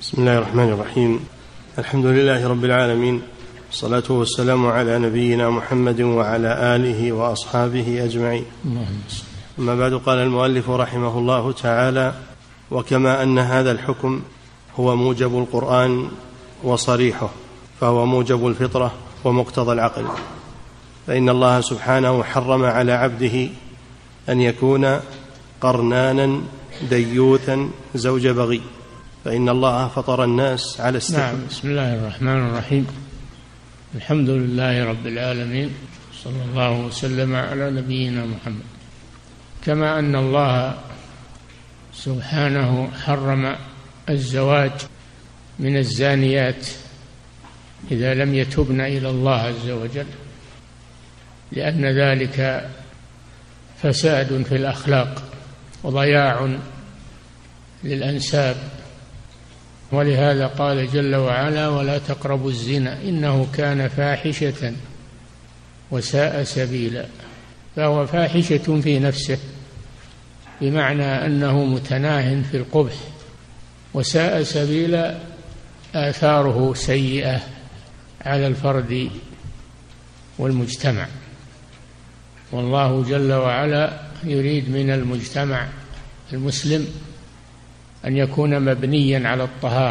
بسم الله الرحمن الرحيم. الحمد لله رب العالمين، والصلاة والسلام على نبينا محمد وعلى آله وأصحابه أجمعين. أما بعد، قال المؤلف رحمه الله تعالى: وكما أن هذا الحكم هو موجب القرآن وصريحه، فهو موجب الفطرة ومقتضى العقل، فإن الله سبحانه حرم على عبده أن يكون قرنانا ديوثا زوج بغي، فإن الله فطر الناس على نعم. بسم الله الرحمن الرحيم. الحمد لله رب العالمين، صلى الله وسلم على نبينا محمد. كما أن الله سبحانه حرم الزواج من الزانيات إذا لم يتبن إلى الله عز وجل، لأن ذلك فساد في الأخلاق وضياع للأنساب، ولهذا قال جل وعلا: ولا تقربوا الزنا إنه كان فاحشة وساء سبيلا. فهو فاحشة في نفسه، بمعنى أنه متناه في القبح، وساء سبيلا آثاره سيئة على الفرد والمجتمع. والله جل وعلا يريد من المجتمع المسلم أن يكون مبنيا على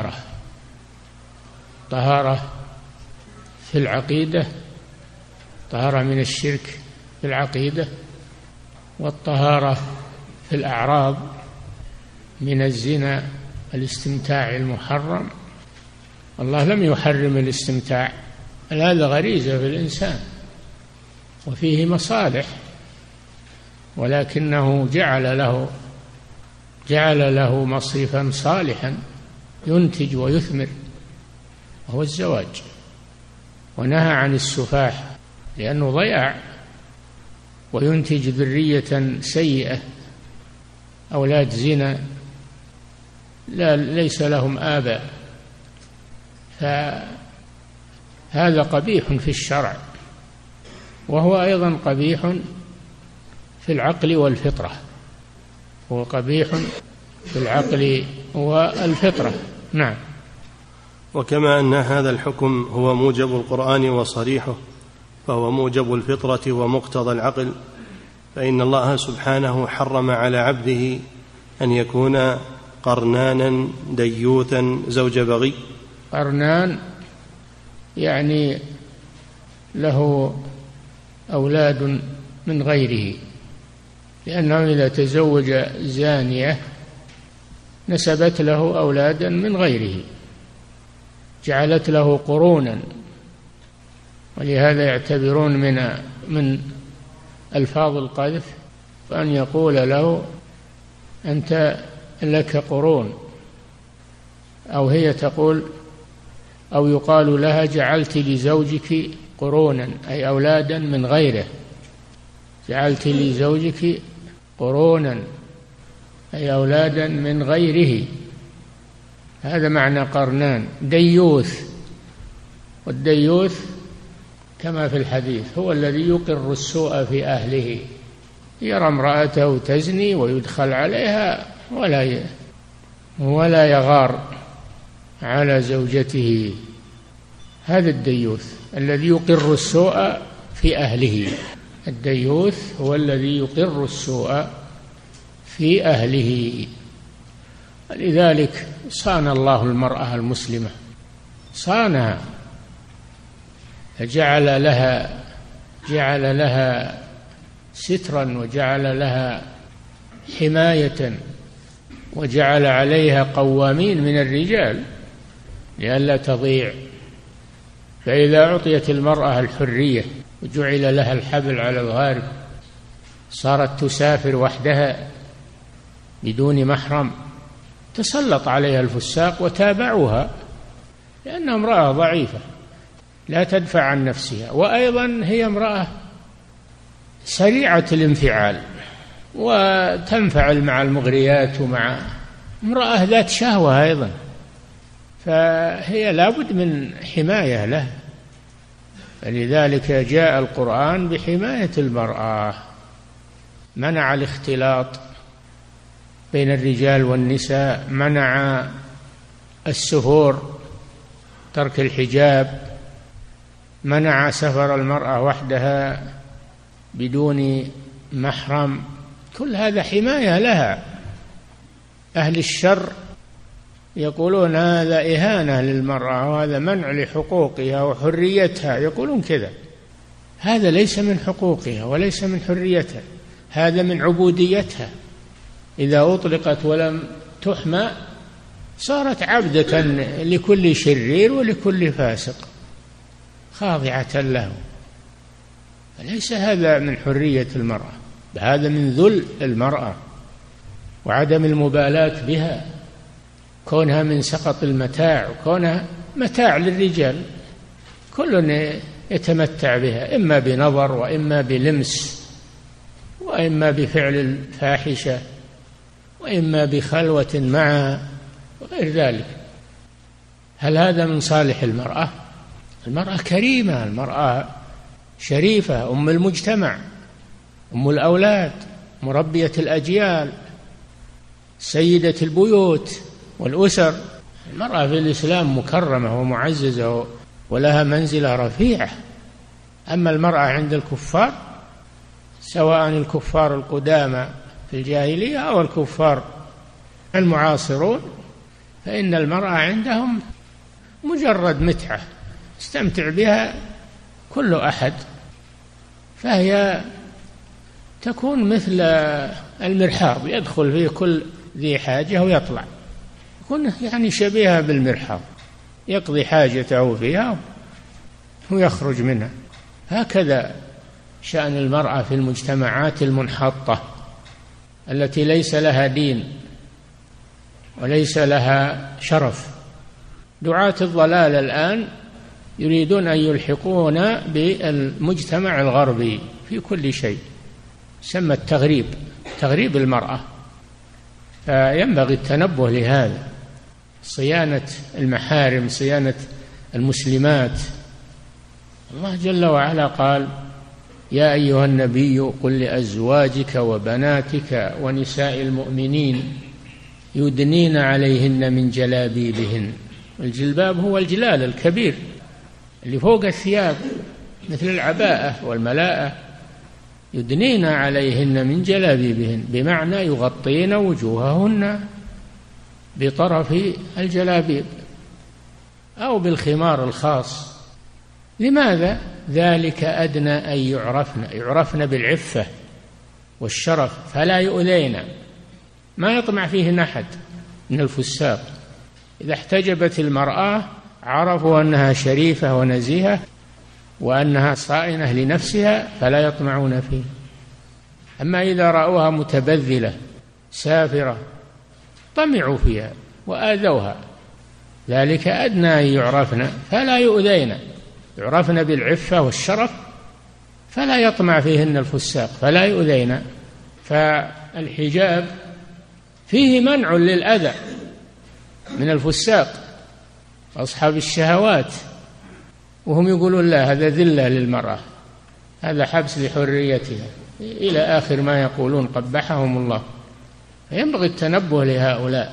الطهارة في العقيدة، طهارة من الشرك في العقيدة، والطهارة في الأعراض من الزنا، الاستمتاع المحرم. الله لم يحرم الاستمتاع، هذا غريزة في الإنسان وفيه مصالح، ولكنه جعل له مصرفا صالحا ينتج ويثمر، وهو الزواج، ونهى عن السفاح لأنه ضياع وينتج ذرية سيئة، أولاد زنا ليس لهم آباء، فهذا قبيح في الشرع، وهو أيضا قبيح في العقل والفطرة، هو قبيح في العقل والفطرة. نعم. وكما أن هذا الحكم هو موجب القرآن وصريحه، فهو موجب الفطرة ومقتضى العقل، فإن الله سبحانه حرم على عبده أن يكون قرنانا ديوثا زوج بغي. قرنان يعني له أولاد من غيره، لأنه إذا تزوج زانية نسبت له أولادا من غيره، جعلت له قرونا. ولهذا يعتبرون من ألفاظ القذف أن يقول له: أنت لك قرون، أو هي تقول أو يقال لها: جعلت لزوجك قرونا، أي أولادا من غيره، جعلت لزوجك قرونا أي أولادا من غيره. هذا معنى قرنان. ديوث، والديوث كما في الحديث هو الذي يقر السوء في أهله، يرى امرأته تزني ويدخل عليها ولا يغار على زوجته. هذا الديوث الذي يقر السوء في أهله. الديوث هو الذي يقر السوء في أهله. لذلك صان الله المرأة المسلمة، صانها، فجعل لها سترا، وجعل لها حماية، وجعل عليها قوامين من الرجال لئلا تضيع. فإذا أعطيت المرأة الحرية وجعل لها الحبل على الغارب، صارت تسافر وحدها بدون محرم، تسلط عليها الفساق وتابعوها، لأنها امرأة ضعيفة لا تدفع عن نفسها، وأيضا هي امرأة سريعة الانفعال وتنفعل مع المغريات، ومع امرأة ذات شهوة أيضا، فهي لابد من حماية له. فلذلك جاء القرآن بحماية المرأة، منع الاختلاط بين الرجال والنساء، منع السفور، ترك الحجاب، منع سفر المرأة وحدها بدون محرم، كل هذا حماية لها. أهل الشر يقولون هذا إهانة للمرأة وهذا منع لحقوقها وحريتها، يقولون كذا. هذا ليس من حقوقها وليس من حريتها، هذا من عبوديتها. إذا أطلقت ولم تحمى صارت عبدة لكل شرير ولكل فاسق، خاضعة له. فليس هذا من حرية المرأة، هذا من ذل المرأة وعدم المبالاة بها، كونها من سقط المتاع وكونها متاع للرجال، كل يتمتع بها، إما بنظر وإما بلمس وإما بفعل الفاحشة وإما بخلوة معها وغير ذلك. هل هذا من صالح المرأة؟ المرأة كريمة، المرأة شريفة، أم المجتمع، أم الأولاد، مربية الأجيال، سيدة البيوت والأسر. المرأة في الإسلام مكرمة ومعززة ولها منزلة رفيعة. أما المرأة عند الكفار، سواء الكفار القدامى في الجاهلية أو الكفار المعاصرون، فإن المرأة عندهم مجرد متعة يستمتع بها كل أحد، فهي تكون مثل المرحاض يدخل فيه كل ذي حاجة ويطلع، يكون يعني شبيهة بالمرحاض، يقضي حاجته فيها ويخرج منها. هكذا شأن المرأة في المجتمعات المنحطة التي ليس لها دين وليس لها شرف. دعاة الضلال الآن يريدون أن يلحقون بالمجتمع الغربي في كل شيء، سمى التغريب، تغريب المرأة. فينبغي التنبه لهذا، صيانة المحارم، صيانة المسلمات. الله جل وعلا قال: يا أيها النبي قل لأزواجك وبناتك ونساء المؤمنين يدنين عليهن من جلابيبهن. الجلباب هو الجلال الكبير اللي فوق الثياب مثل العباءة والملاءة. يدنين عليهن من جلابيبهن بمعنى يغطين وجوههن بطرف الجلابيب أو بالخمار الخاص. لماذا؟ ذلك أدنى أن يعرفن بالعفة والشرف فلا يؤذين، ما يطمع فيهن أحد من الفساق. إذا احتجبت المرأة عرفوا أنها شريفة ونزيهة وأنها صائنة لنفسها فلا يطمعون فيه. أما إذا رأوها متبذلة سافرة طمعوا فيها وآذوها. ذلك أدنى أن يعرفن فلا يؤذين، يعرفن بالعفة والشرف فلا يطمع فيهن الفساق فلا يؤذين. فالحجاب فيه منع للأذى من الفساق أصحاب الشهوات، وهم يقولون لا، هذا ذلة للمرأة، هذا حبس لحريتها، إلى آخر ما يقولون قبحهم الله. فينبغي التنبه لهؤلاء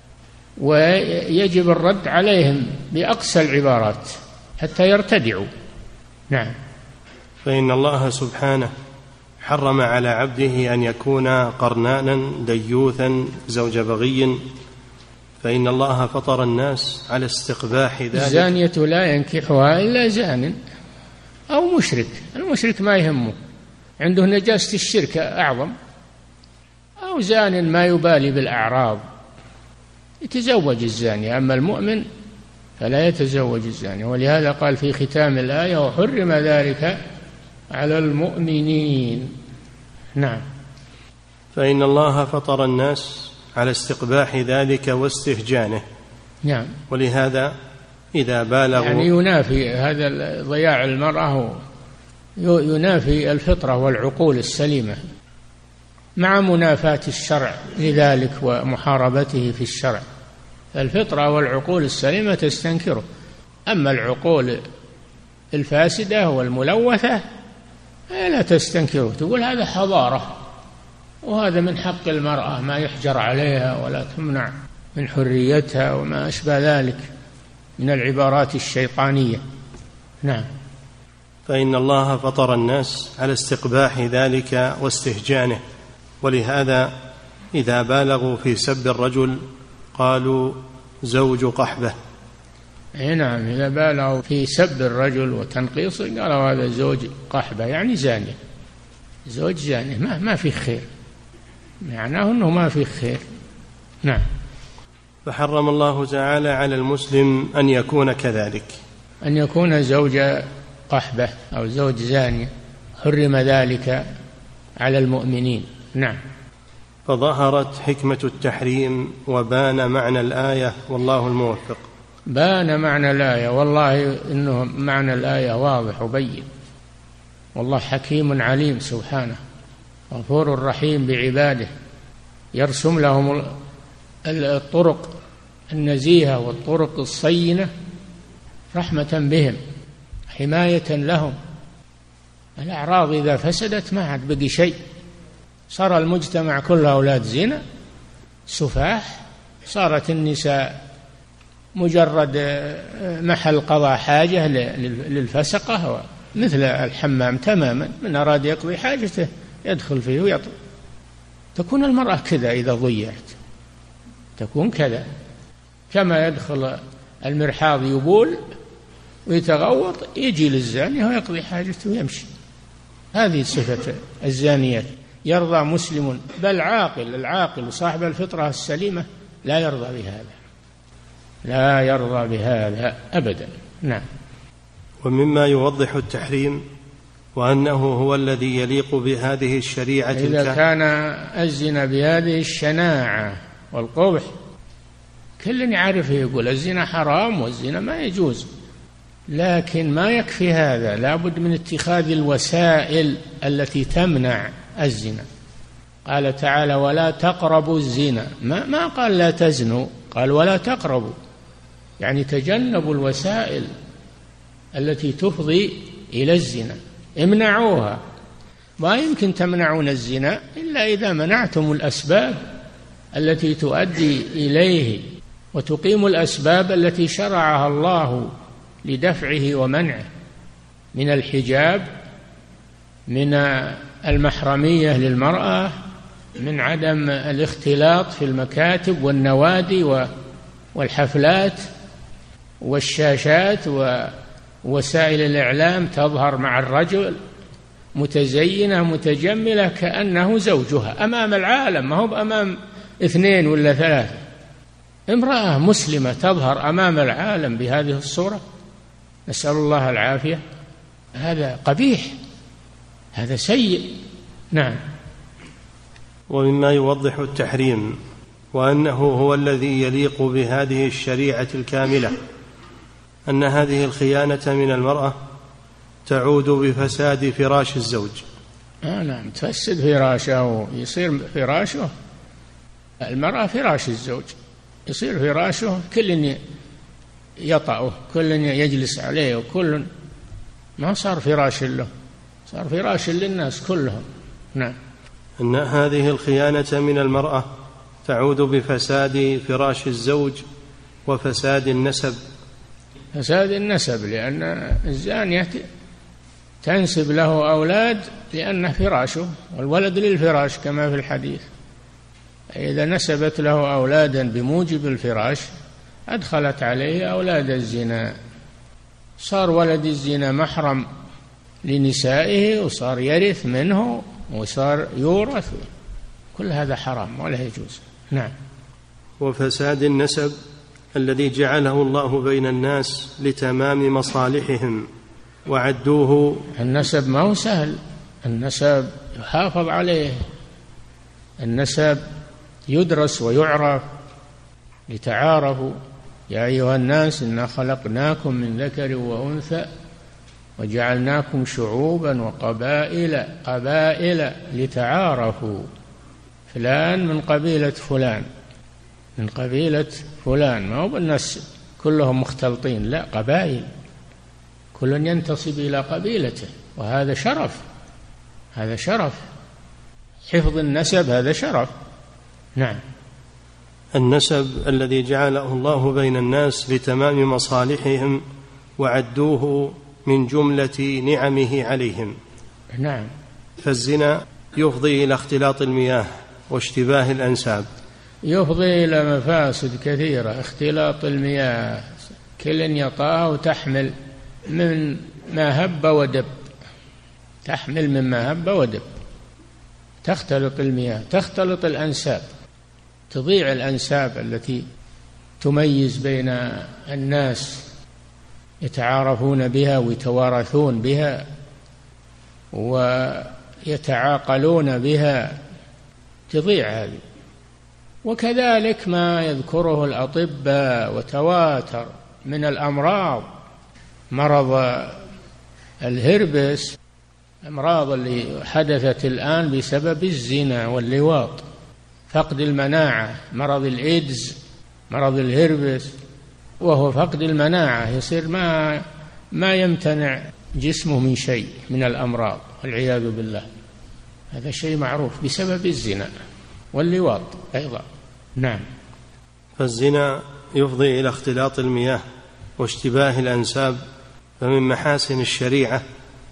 ويجب الرد عليهم بأقسى العبارات حتى يرتدعوا. نعم. فإن الله سبحانه حرم على عبده أن يكون قرنانا ديوثا زوج بغي، فإن الله فطر الناس على استقباح ذلك. الزانية لا ينكحها إلا زان أو مشرك. المشرك ما يهمه، عنده نجاسة الشرك أعظم، أو زان ما يبالي بالأعراض يتزوج الزانية. أما المؤمن فلا يتزوج الزانية. ولهذا قال في ختام الآية: وحرم ذلك على المؤمنين. نعم. فإن الله فطر الناس على استقباح ذلك واستهجانه. نعم. ولهذا إذا بالغوا يعني ينافي هذا ضياع المرأة، ينافي الفطرة والعقول السليمة مع منافاة الشرع لذلك ومحاربته في الشرع. الفطرة والعقول السليمة تستنكره، أما العقول الفاسدة والملوثة لا تستنكره، تقول هذا حضارة وهذا من حق المرأة ما يحجر عليها ولا تمنع من حريتها وما أشبه ذلك من العبارات الشيطانية. نعم. فإن الله فطر الناس على استقباح ذلك واستهجانه، ولهذا إذا بالغوا في سب الرجل قالوا زوج قحبة. نعم، إذا بالغوا في سب الرجل وتنقيصه قالوا هذا زوج قحبة، يعني زاني، زوج زاني، ما في خير، معناه أنه ما في خير. نعم. فحرم الله تعالى على المسلم أن يكون كذلك، أن يكون زوج قحبة أو زوج زانية، حرم ذلك على المؤمنين. نعم. فظهرت حكمة التحريم وبان معنى الآية، والله الموفق. بان معنى الآية، والله إنه معنى الآية واضح وبين، والله حكيم عليم سبحانه، غفور رحيم بعباده، يرسم لهم الطرق النزيهة والطرق الصينة رحمة بهم، حماية لهم. الأعراض إذا فسدت ما عاد بقي شيء، صار المجتمع كله أولاد زنا سفاح، صارت النساء مجرد محل قضاء حاجة للفسقة، مثل الحمام تماما، من أراد يقضي حاجته يدخل فيه ويطلع. تكون المرأة كذا إذا ضيعت، تكون كذا، كما يدخل المرحاض يبول ويتغوط يجي للزاني ويقضي حاجته ويمشي. هذه صفة الزانيات. يرضى مسلم بل عاقل، العاقل وصاحب الفطرة السليمة لا يرضى بهذا، لا يرضى بهذا أبدا. نعم. ومما يوضح التحريم وأنه هو الذي يليق بهذه الشريعة إذا كان الزنا بهذه الشناعة والقبح، كل يعرف يقول الزنا حرام والزنا ما يجوز، لكن ما يكفي هذا، لابد من اتخاذ الوسائل التي تمنع الزنا. قال تعالى ولا تقربوا الزنا، ما قال لا تزنوا، قال ولا تقربوا، يعني تجنبوا الوسائل التي تفضي إلى الزنا، امنعوها. ما يمكن تمنعون الزنا إلا إذا منعتم الأسباب التي تؤدي إليه، وتقيموا الأسباب التي شرعها الله لدفعه ومنعه، من الحجاب، من المحرمية للمرأة، من عدم الاختلاط في المكاتب والنوادي والحفلات والشاشات ووسائل الإعلام، تظهر مع الرجل متزينة متجملة كأنه زوجها أمام العالم، ما هو أمام 2 ولا 3. امرأة مسلمة تظهر أمام العالم بهذه الصورة، نسأل الله العافية. هذا قبيح، هذا سيء. نعم. ومما يوضح التحريم وأنه هو الذي يليق بهذه الشريعة الكاملة أن هذه الخيانة من المرأة تعود بفساد فراش الزوج. نعم، تفسد فراشه ويصير فراشه، المرأة فراش الزوج، يصير فراشه كل يطأه، كل يجلس عليه، وكل ما صار فراش له، صار فراش للناس كلهم. نعم. أن هذه الخيانة من المرأة تعود بفساد فراش الزوج وفساد النسب. فساد النسب، لأن الزانية تنسب له أولاد لأنه فراشه، والولد للفراش كما في الحديث. إذا نسبت له أولادا بموجب الفراش أدخلت عليه أولاد الزنا، صار ولد الزنا محرم لنسائه، وصار يرث منه، وصار يورث. كل هذا حرام ولا يجوز. نعم. وفساد النسب الذي جعله الله بين الناس لتمام مصالحهم وعدوه. النسب ما هو سهل، النسب يحافظ عليه، النسب يدرس ويعرف لتعارفوا. يا أيها الناس إنا خلقناكم من ذكر وأنثى وجعلناكم شعوبا وقبائل لتعارفوا، فلان من قبيلة فلان من قبيلة فلان، ما هو بالناس كلهم مختلطين، لا، قبائل، كل ينتصب إلى قبيلته، وهذا شرف، هذا شرف، حفظ النسب هذا شرف. نعم. النسب الذي جعله الله بين الناس لتمام مصالحهم وعدوه من جملة نعمه عليهم. نعم. فالزنا يفضي إلى اختلاط المياه واشتباه الأنساب، يفضي إلى مفاسد كثيرة. اختلاط المياه كل يطاه وتحمل من ما هب ودب، تحمل مما هب ودب، تختلط المياه، تختلط الأنساب، تضيع الأنساب التي تميز بين الناس، يتعارفون بها ويتوارثون بها ويتعاقلون بها، تضيع هذه. وكذلك ما يذكره الأطباء وتواتر من الأمراض، مرض الهربس، الأمراض اللي حدثت الآن بسبب الزنا واللواط، فقد المناعة، مرض الإيدز، مرض الهربس، وهو فقد المناعة، يصير ما يمتنع جسمه من شيء من الأمراض والعياذ بالله. هذا شيء معروف بسبب الزنا واللواط أيضا. نعم. فالزنا يفضي إلى اختلاط المياه واشتباه الأنساب، فمن محاسن الشريعة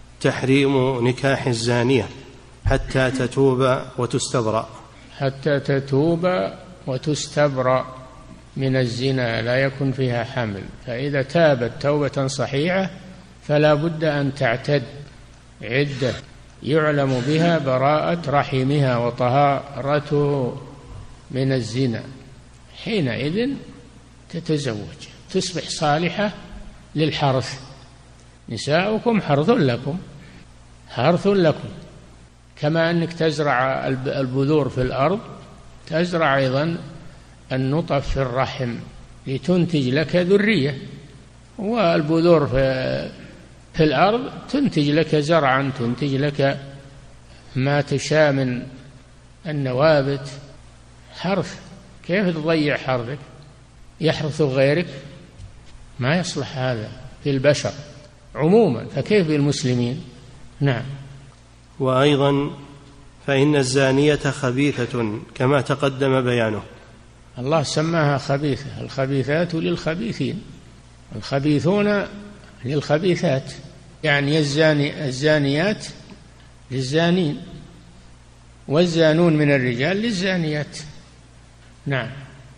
تحريم نكاح الزانية حتى تتوب وتستبرأ. حتى تتوب وتستبرأ من الزنا، لا يكن فيها حمل. فإذا تابت توبة صحيحة فلا بد أن تعتد عدة يعلم بها براءة رحمها وطهارته من الزنا، حينئذ تتزوج، تصبح صالحة للحرث. نساؤكم حرث لكم، حرث لكم، كما أنك تزرع البذور في الأرض، تزرع أيضا النطف في الرحم لتنتج لك ذرية، والبذور في الأرض تنتج لك زرعا، تنتج لك ما تشاء من النوابت. حرث، كيف تضيع حرثك؟ يحرث غيرك؟ ما يصلح هذا في البشر عموما، فكيف بالمسلمين؟ نعم. وأيضا فإن الزانية خبيثة كما تقدم بيانه. الله سماها خبيثة، الخبيثات للخبيثين، الخبيثون للخبيثات، يعني الزانيات للزانين، والزانون من الرجال للزانيات. نعم.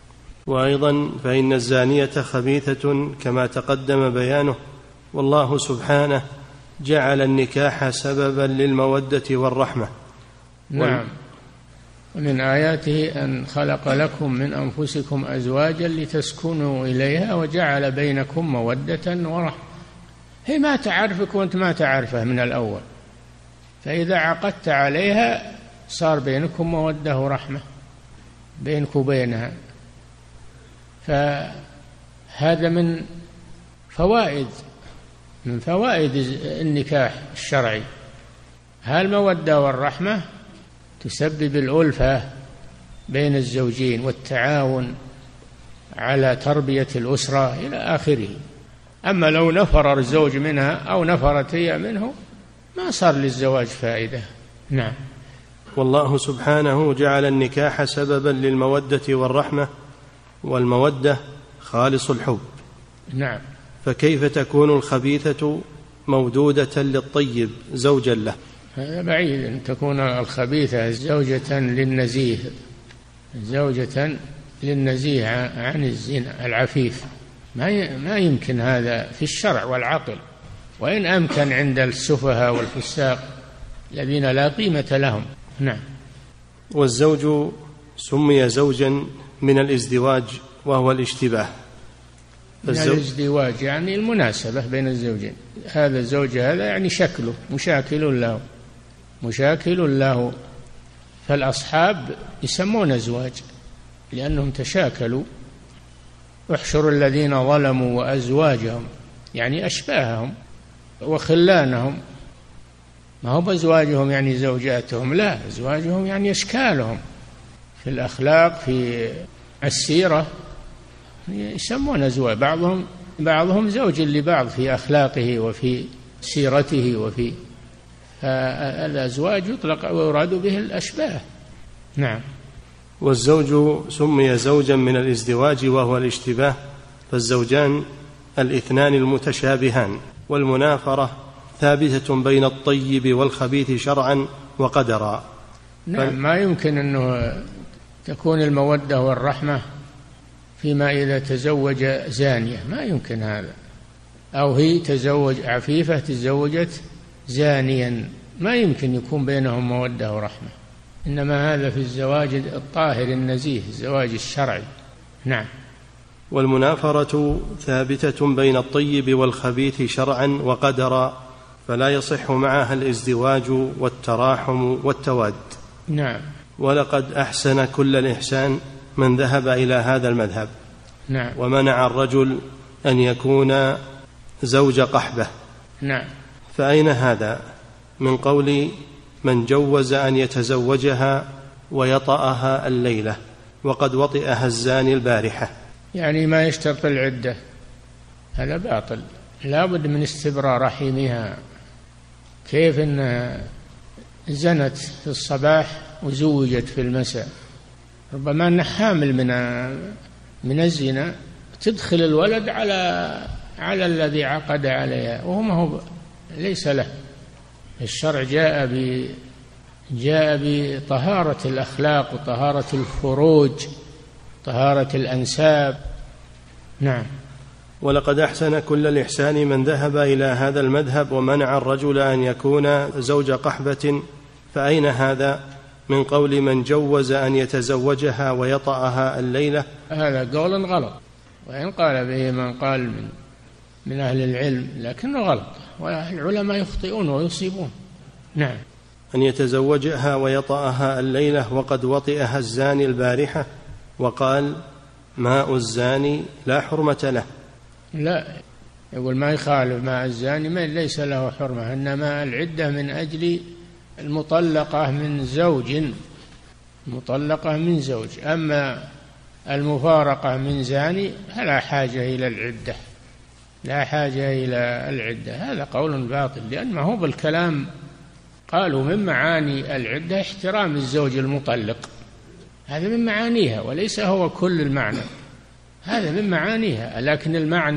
وأيضا فإن الزانية خبيثة كما تقدم بيانه، والله سبحانه جعل النكاح سببا للمودة والرحمة. نعم. ومن آياته أن خلق لكم من أنفسكم أزواجا لتسكنوا إليها وجعل بينكم مودة ورحمة. هي ما تعرفك وأنت ما تعرفه من الأول، فإذا عقدت عليها صار بينكم مودة ورحمة بينك وبينها. فهذا من فوائد النكاح الشرعي. هالمودة والرحمة تسبب الألفة بين الزوجين والتعاون على تربية الأسرة إلى آخره. أما لو نفر الزوج منها أو نفرت هي منه ما صار للزواج فائدة. نعم. والله سبحانه جعل النكاح سببا للمودة والرحمة، والمودة خالص الحب. نعم. فكيف تكون الخبيثة مودودة للطيب زوجا له؟ هذا بعيد أن تكون الخبيثة زوجة للنزيه، زوجة للنزيه عن الزنا العفيف، ما يمكن هذا في الشرع والعقل، وإن أمكن عند السفهاء والفساق الذين لا قيمة لهم. نعم. والزوج سمي زوجا من الازدواج وهو الاشتباه. من الازدواج يعني المناسبة بين الزوجين، هذا الزوج هذا يعني شكله مشاكل له، فالأصحاب يسمون أزواج لأنهم تشاكلوا. احشروا الذين ظلموا وأزواجهم، يعني أشباههم وخلانهم، ما هو بأزواجهم يعني زوجاتهم، لا، أزواجهم يعني أشكالهم في الأخلاق في السيرة، يسمون أزواج. بعضهم زوج لبعض في أخلاقه وفي سيرته وفي الأزواج يطلق ويراد به الأشباه. نعم. والزوج سمي زوجا من الازدواج وهو الاشتباه، فالزوجان الاثنان المتشابهان. والمنافرة ثابتة بين الطيب والخبيث شرعا وقدرا. نعم، ما يمكن أنه تكون المودة والرحمة فيما إذا تزوج زانية، ما يمكن هذا، أو هي تزوج عفيفة تزوجت زانيا، ما يمكن يكون بينهم مودة ورحمة، إنما هذا في الزواج الطاهر النزيه، الزواج الشرعي. نعم. والمنافرة ثابتة بين الطيب والخبيث شرعا وقدرا، فلا يصح معها الازدواج والتراحم والتواد. نعم. ولقد أحسن كل الإحسان من ذهب إلى هذا المذهب. نعم. ومنع الرجل أن يكون زوج قحبة. نعم. فأين هذا من قول من جوز أن يتزوجها ويطأها الليلة وقد وطئها الزاني البارحة؟ يعني ما يشترط العدة، هذا باطل، لا بد من استبراء رحمها. كيف أن زنت في الصباح وزوجت في المساء، ربما أنها حامل من الزنا، تدخل الولد على الذي عقد عليها وهو ما هو ليس له. الشرع جاء بطهارة الأخلاق وطهارة الفروج، طهارة الأنساب. نعم. ولقد أحسن كل الإحسان من ذهب إلى هذا المذهب ومنع الرجل أن يكون زوج قحبة، فأين هذا من قول من جوز أن يتزوجها ويطأها الليلة؟ هذا قول غلط، وإن قال به من قال من أهل العلم، لكنه غلط، والعلماء يخطئون ويصيبون. نعم. أن يتزوجها ويطأها الليلة وقد وطئها الزاني البارحة، وقال ماء الزاني لا حرمة له. لا، يقول ما يخالف ماء الزاني، ما ليس له حرمة، إنما العدة من أجل المطلقة من زوج، أما المفارقة من زاني فلا حاجة إلى العدة، لا حاجة إلى العدة. هذا قول باطل، لأنه هو بالكلام قالوا من معاني العدة احترام الزوج المطلق، هذا من معانيها، وليس هو كل المعنى، هذا من معانيها، لكن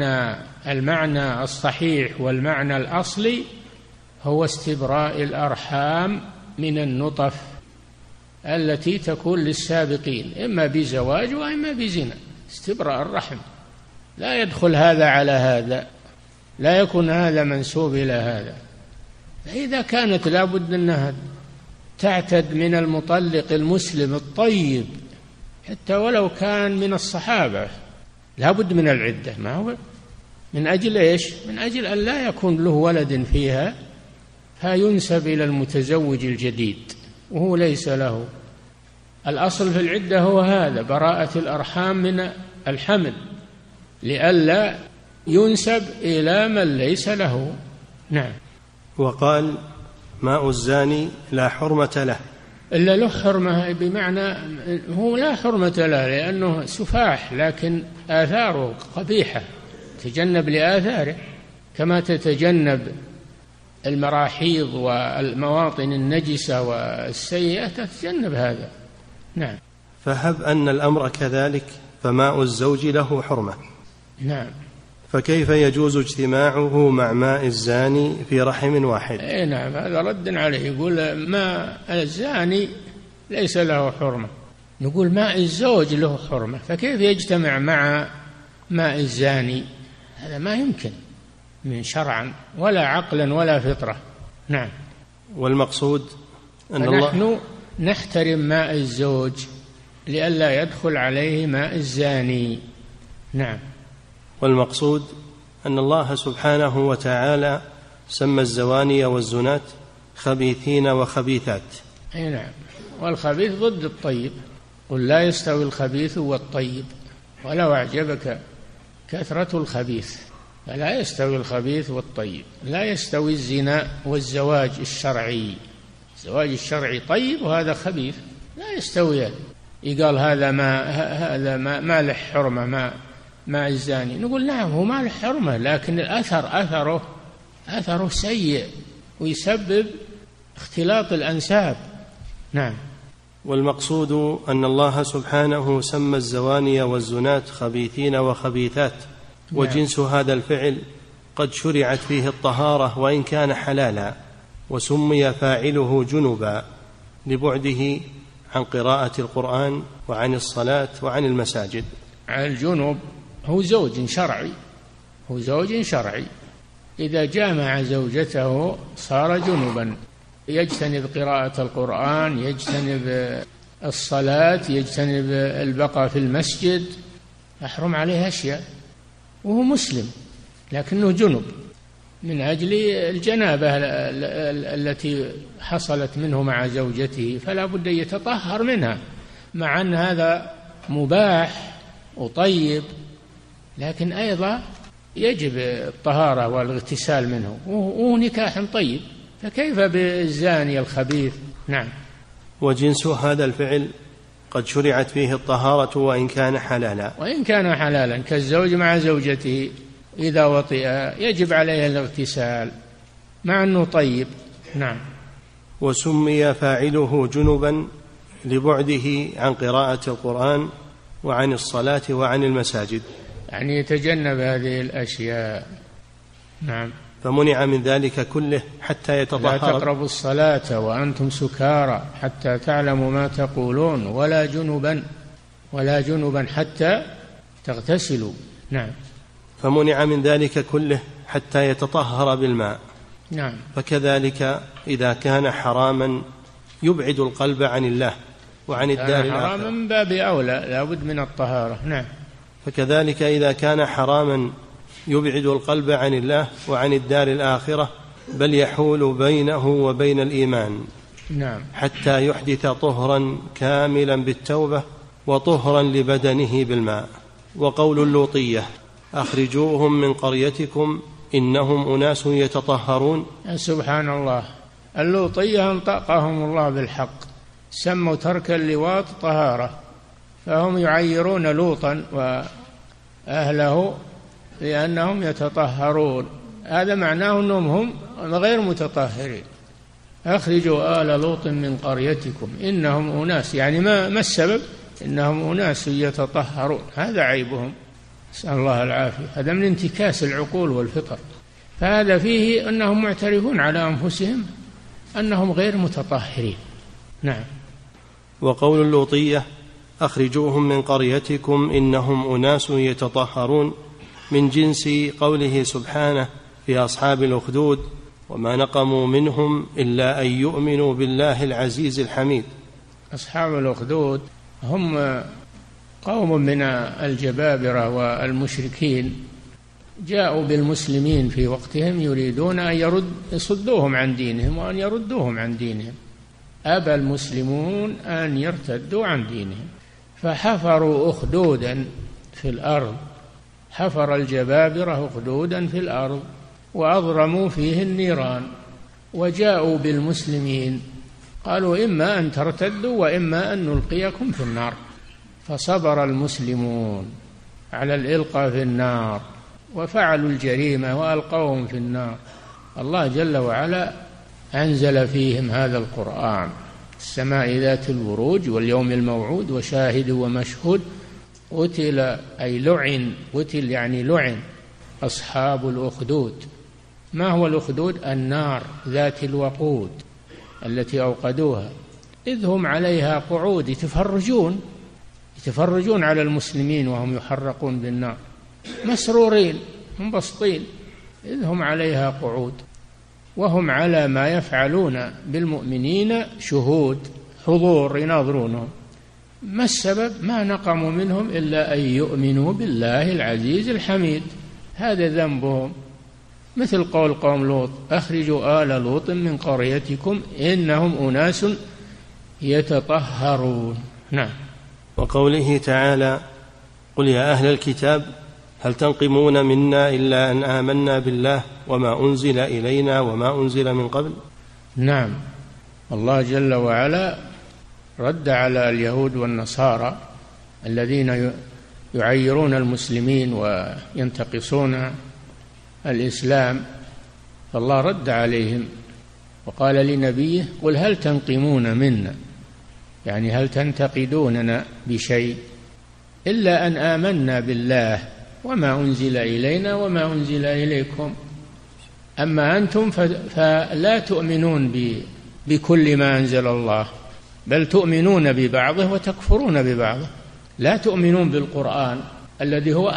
المعنى الصحيح والمعنى الأصلي هو استبراء الأرحام من النطف التي تكون للسابقين، إما بزواج وإما بزنا، استبراء الرحم، لا يدخل هذا على هذا، لا يكون هذا منسوب إلى هذا. فإذا كانت لابد أنها تعتد من المطلق المسلم الطيب حتى ولو كان من الصحابة، لابد من العدة، ما هو من أجل إيش؟ من أجل أن لا يكون له ولد فيها فينسب إلى المتزوج الجديد وهو ليس له. الأصل في العدة هو هذا، براءة الأرحام من الحمل، لئلا ينسب إلى من ليس له. نعم. وقال ماء الزاني لا حرمة له. إلا له حرمة، بمعنى هو لا حرمة له لأنه سفاح، لكن آثاره قبيحة، تجنب لآثاره كما تتجنب المراحيض والمواطن النجسة والسيئة، تتجنب هذا. نعم. فهب أن الأمر كذلك فماء الزوج له حرمة. نعم. فكيف يجوز اجتماعه مع ماء الزاني في رحم واحد؟ أي نعم، هذا رد عليه، يقول ماء الزاني ليس له حرمة، نقول ماء الزوج له حرمة، فكيف يجتمع مع ماء الزاني؟ هذا ما يمكن من شرعا ولا عقلا ولا فطرة. نعم. والمقصود أن نحن نحترم ماء الزوج لئلا يدخل عليه ماء الزاني. نعم. والمقصود أن الله سبحانه وتعالى سمى الزواني والزنات خبيثين وخبيثات. أي نعم. والخبيث ضد الطيب، قل لا يستوي الخبيث والطيب ولو أعجبك كثرة الخبيث، فلا يستوي الخبيث والطيب، لا يستوي الزنا والزواج الشرعي، الزواج الشرعي طيب وهذا خبيث، لا يستويان. يقال هذا ما له حرمة ماء الزاني، نقول نعم هو ما له حرمة، لكن أثره سيء ويسبب اختلاط الأنساب. نعم. والمقصود أن الله سبحانه سمى الزواني والزنات خبيثين وخبيثات، وجنس هذا الفعل قد شرعت فيه الطهارة وإن كان حلالا، وسمي فاعله جنبا لبعده عن قراءة القرآن وعن الصلاة وعن المساجد. الجنب هو زوج شرعي إذا جامع زوجته صار جنبا، يجتنب قراءة القرآن، يجتنب الصلاة، يجتنب البقاء في المسجد، يحرم عليه أشياء وهو مسلم لكنه جنب من أجل الجنابة التي حصلت منه مع زوجته، فلا بد يتطهر منها، مع أن هذا مباح وطيب، لكن أيضا يجب الطهارة والاغتسال منه، وهو نكاح طيب، فكيف بالزاني الخبيث؟ نعم. وجنس هذا الفعل قد شرعت فيه الطهارة وإن كان حلالا، كالزوج مع زوجته إذا وطئ يجب عليه الاغتسال مع أنه طيب. نعم. وسمي فاعله جنبا لبعده عن قراءة القرآن وعن الصلاة وعن المساجد، يعني يتجنب هذه الأشياء. نعم. فمنع من ذلك كله حتى يتطهر. لا تقربوا الصلاة وأنتم سكارى حتى تعلموا ما تقولون ولا جنبا حتى تغتسلوا. نعم. فمنع من ذلك كله حتى يتطهر بالماء. نعم. فكذلك إذا كان حراما يبعد القلب عن الله وعن الدار الآخرة، حراما من باب أولى لا بد من الطهارة. نعم. فكذلك إذا كان حراما يبعد القلب عن الله وعن الدار الآخرة، بل يحول بينه وبين الإيمان. نعم. حتى يحدث طهرا كاملا بالتوبة وطهرا لبدنه بالماء. وقول اللوطية أخرجوهم من قريتكم إنهم أناس يتطهرون، سبحان الله، اللوطية انطقهم الله بالحق، سموا ترك اللواط طهارة، فهم يعيرون لوطا وأهله لأنهم يتطهرون، هذا معناه أنهم هم غير متطهرين. أخرجوا آل لوط من قريتكم إنهم أناس، يعني ما السبب؟ إنهم أناس يتطهرون، هذا عيبهم، نسأل الله العافية. هذا من انتكاس العقول والفطر، فهذا فيه أنهم معترفون على أنفسهم أنهم غير متطهرين. نعم. وقول اللوطية أخرجوهم من قريتكم إنهم أناس يتطهرون من جنس قوله سبحانه في أصحاب الأخدود وما نقموا منهم إلا أن يؤمنوا بالله العزيز الحميد. أصحاب الأخدود هم قوم من الجبابرة والمشركين جاءوا بالمسلمين في وقتهم يريدون أن يصدوهم عن دينهم وأن يردوهم عن دينهم، أبى المسلمون أن يرتدوا عن دينهم، فحفروا أخدودا في الأرض، حفر الجبابرة أخدودا في الأرض وأضرموا فيه النيران، وجاءوا بالمسلمين قالوا إما أن ترتدوا وإما أن نلقيكم في النار، فصبر المسلمون على الإلقاء في النار وفعلوا الجريمة وألقوهم في النار. الله جل وعلا أنزل فيهم هذا القرآن: السماء ذات البروج واليوم الموعود وشاهد ومشهود قتل، أي لعن، قتل يعني لعن أصحاب الأخدود. ما هو الأخدود؟ النار ذات الوقود التي أوقدوها، إذ هم عليها قعود يتفرجون على المسلمين وهم يحرقون بالنار، مسرورين منبسطين، إذ هم عليها قعود وهم على ما يفعلون بالمؤمنين شهود، حضور يناظرونهم. ما السبب؟ ما نقموا منهم إلا أن يؤمنوا بالله العزيز الحميد، هذا ذنبهم. مثل قول قوم لوط: أخرجوا آل لوط من قريتكم إنهم أناس يتطهرون. نعم. وقوله تعالى: قل يا أهل الكتاب هل تنقمون منا إلا أن آمنا بالله وما أنزل إلينا وما أنزل من قبل. نعم. الله جل وعلا رد على اليهود والنصارى الذين يعيرون المسلمين وينتقصون الإسلام، فالله رد عليهم وقال لنبيه: قل هل تنقمون منا يعني هل تنتقدوننا بشيء إلا أن آمنا بالله وما أنزل إلينا وما أنزل إليكم، أما أنتم فلا تؤمنون بكل ما أنزل الله، بل تؤمنون ببعضه وتكفرون ببعضه. لا تؤمنون بالقرآن الذي هو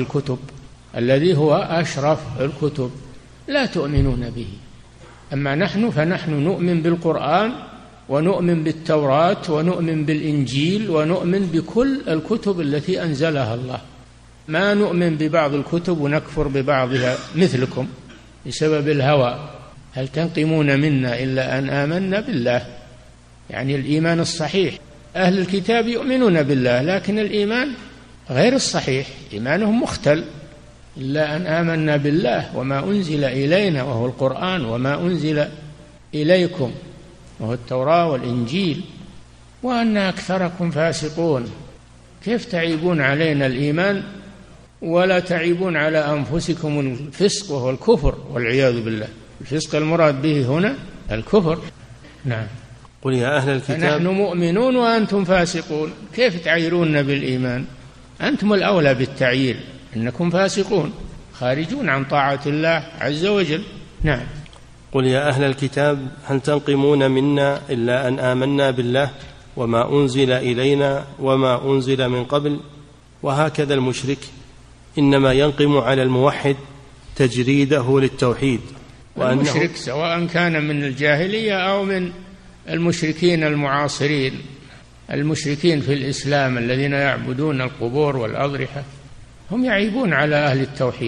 أشرف الكتب، لا تؤمنون به. أما نحن فنحن نؤمن بالقرآن ونؤمن بالتوراة ونؤمن بالإنجيل ونؤمن بكل الكتب التي أنزلها الله، ما نؤمن ببعض الكتب ونكفر ببعضها مثلكم بسبب الهوى. هل تنقمون منا إلا أن آمنا بالله، يعني الإيمان الصحيح. أهل الكتاب يؤمنون بالله لكن الإيمان غير الصحيح، إيمانهم مختل. إلا أن آمنا بالله وما أنزل إلينا وهو القرآن وما أنزل إليكم وهو التوراة والإنجيل وأن أكثركم فاسقون. كيف تعيبون علينا الإيمان ولا تعيبون على أنفسكم الفسق وهو الكفر والعياذ بالله؟ الفسق المراد به هنا الكفر. نعم. قل يا أهل الكتاب نحن مؤمنون وأنتم فاسقون، كيف تعيرون بالإيمان؟ أنتم الأولى بالتعيير، إنكم فاسقون خارجون عن طاعة الله عز وجل. نعم. قل يا أهل الكتاب هل تنقمون منا إلا أن آمنا بالله وما أنزل إلينا وما أنزل من قبل. وهكذا المشرك إنما ينقم على الموحد تجريده للتوحيد. المشرك سواء كان من الجاهلية أو من المشركين المعاصرين، المشركين في الإسلام الذين يعبدون القبور والأضرحة، هم يعيبون على أهل التوحيد،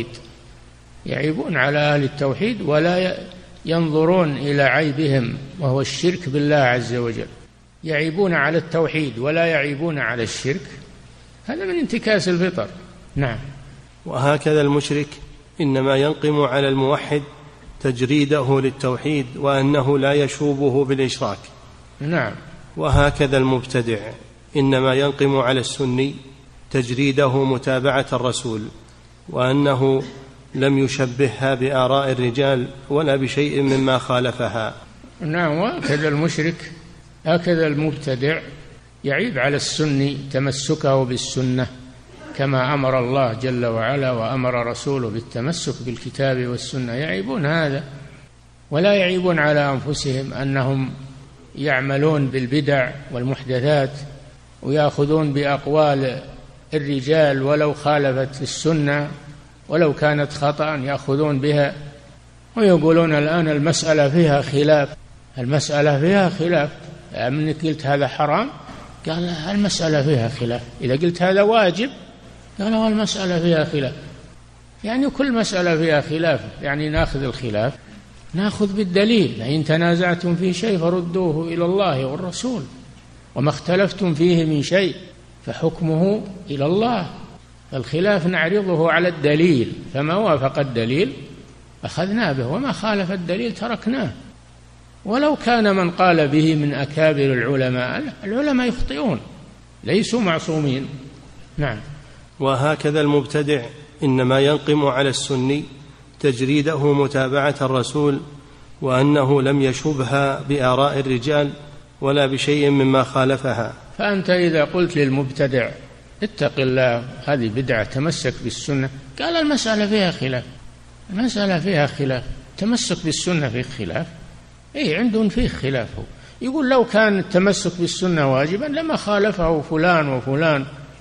يعيبون على أهل التوحيد ولا ينظرون إلى عيبهم وهو الشرك بالله عز وجل. يعيبون على التوحيد ولا يعيبون على الشرك، هذا من انتكاس الفطر. نعم. وهكذا المشرك إنما ينقم على الموحد تجريده للتوحيد وأنه لا يشوبه بالإشراك. نعم. وهكذا المبتدع إنما ينقم على السني تجريده متابعة الرسول وأنه لم يشبهها بآراء الرجال ولا بشيء مما خالفها. نعم. وهكذا المشرك هكذا المبتدع يعيب على السني تمسكه بالسنة كما أمر الله جل وعلا وأمر رسوله بالتمسك بالكتاب والسنة، يعيبون هذا ولا يعيبون على أنفسهم أنهم يعملون بالبدع والمحدثات ويأخذون بأقوال الرجال ولو خالفت السنة ولو كانت خطأ يأخذون بها ويقولون الآن المسألة فيها خلاف، المسألة فيها خلاف، من قلت هذا حرام قال المسألة فيها خلاف، إذا قلت هذا واجب قالوا المسألة فيها خلاف. يعني كل مسألة فيها خلاف، يعني ناخذ الخلاف ناخذ بالدليل. إن تنازعتم في شيء فردوه إلى الله والرسول وما اختلفتم فيه من شيء فحكمه إلى الله. الخلاف نعرضه على الدليل، فما وافق الدليل أخذنا به وما خالف الدليل تركناه. ولو كان من قال به من أكابر العلماء، العلماء يخطئون ليسوا معصومين. نعم. وهكذا المبتدع إنما ينقم على السني تجريده متابعة الرسول وأنه لم يشبها بآراء الرجال ولا بشيء مما خالفها. فأنت إذا قلت للمبتدع اتق الله هذه بدعة تمسك بالسنة، قال المسألة فيها خلاف، المسألة فيها خلاف، تمسك بالسنة فيه خلاف، عندهم فيه خلاف. يقول لو كان التمسك بالسنة واجبا لما خالفه فلان وفلان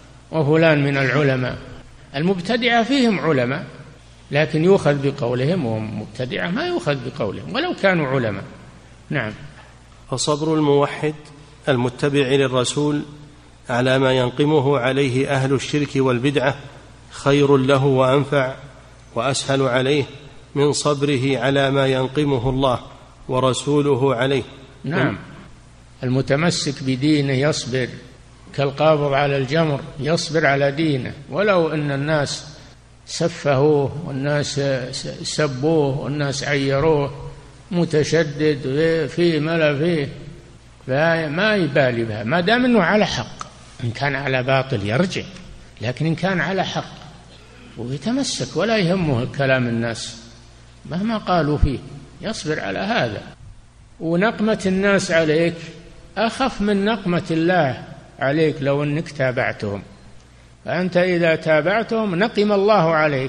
وفلان من العلماء. المبتدعة فيهم علماء لكن يؤخذ بقولهم، وهم مبتدعة ما يؤخذ بقولهم ولو كانوا علماء. نعم. فصبر الموحد المتبع للرسول على ما ينقمه عليه أهل الشرك والبدعة خير له وأنفع وأسهل عليه من صبره على ما ينقمه الله ورسوله عليه. نعم. المتمسك بدينه يصبر كالقابض على الجمر، يصبر على دينه ولو أن الناس سفهوه والناس سبوه والناس عيروه متشدد فيه ملا فيه، ما يبالي بها ما دام أنه على حق. إن كان على باطل يرجع، لكن إن كان على حق ويتمسك ولا يهمه كلام الناس مهما قالوا فيه، يصبر على هذا. ونقمة الناس عليك أخف من نقمة الله عليك لو أنك تابعتهم. فأنت إذا تابعتهم نقم الله عليك.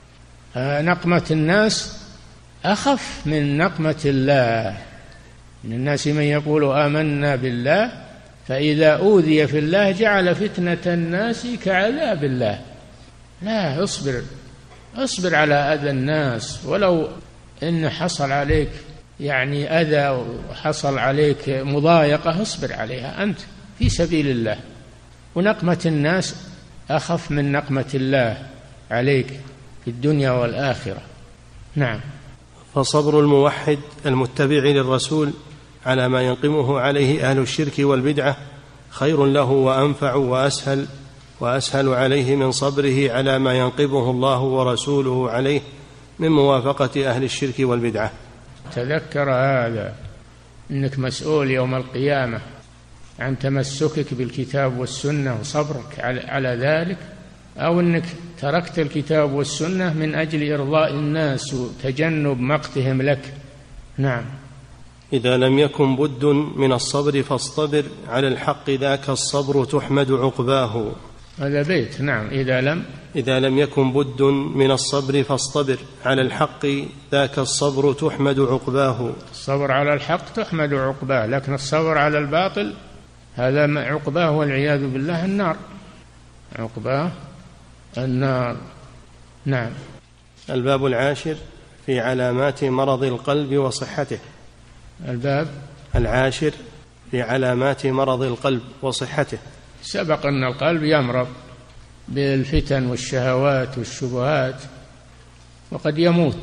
نقمة الناس أخف من نقمة الله. من الناس من يقول آمنا بالله فإذا أوذي في الله جعل فتنة الناس كعذاب الله. لا، اصبر على أذى الناس، ولو إن حصل عليك يعني أذى وحصل عليك مضايقة اصبر عليها أنت في سبيل الله. ونقمة الناس أخف من نقمة الله عليك في الدنيا والآخرة. نعم. فصبر الموحد المتبع للرسول على ما ينقمه عليه أهل الشرك والبدعة خير له وأنفع وأسهل عليه من صبره على ما ينقمه الله ورسوله عليه من موافقة أهل الشرك والبدعة. تذكر هذا، إنك مسؤول يوم القيامة عن تمسكك بالكتاب والسنة وصبرك على ذلك، أو أنك تركت الكتاب والسنة من أجل إرضاء الناس وتجنب مقتهم لك. نعم. إذا لم يكن بد من الصبر فاصطبر على الحق ذاك الصبر تحمد عقباه. هذا بيت. نعم. إذا لم يكن بد من الصبر فاصطبر على الحق ذاك الصبر تحمد عقباه. الصبر على الحق تحمد عقباه، لكن الصبر على الباطل هذا عقباه والعياذ بالله النار. عقباه النار. نعم. الباب 10 في علامات مرض القلب وصحته. الباب 10 في علامات مرض القلب وصحته. سبق أن القلب يمرض بالفتن والشهوات والشبهات، وقد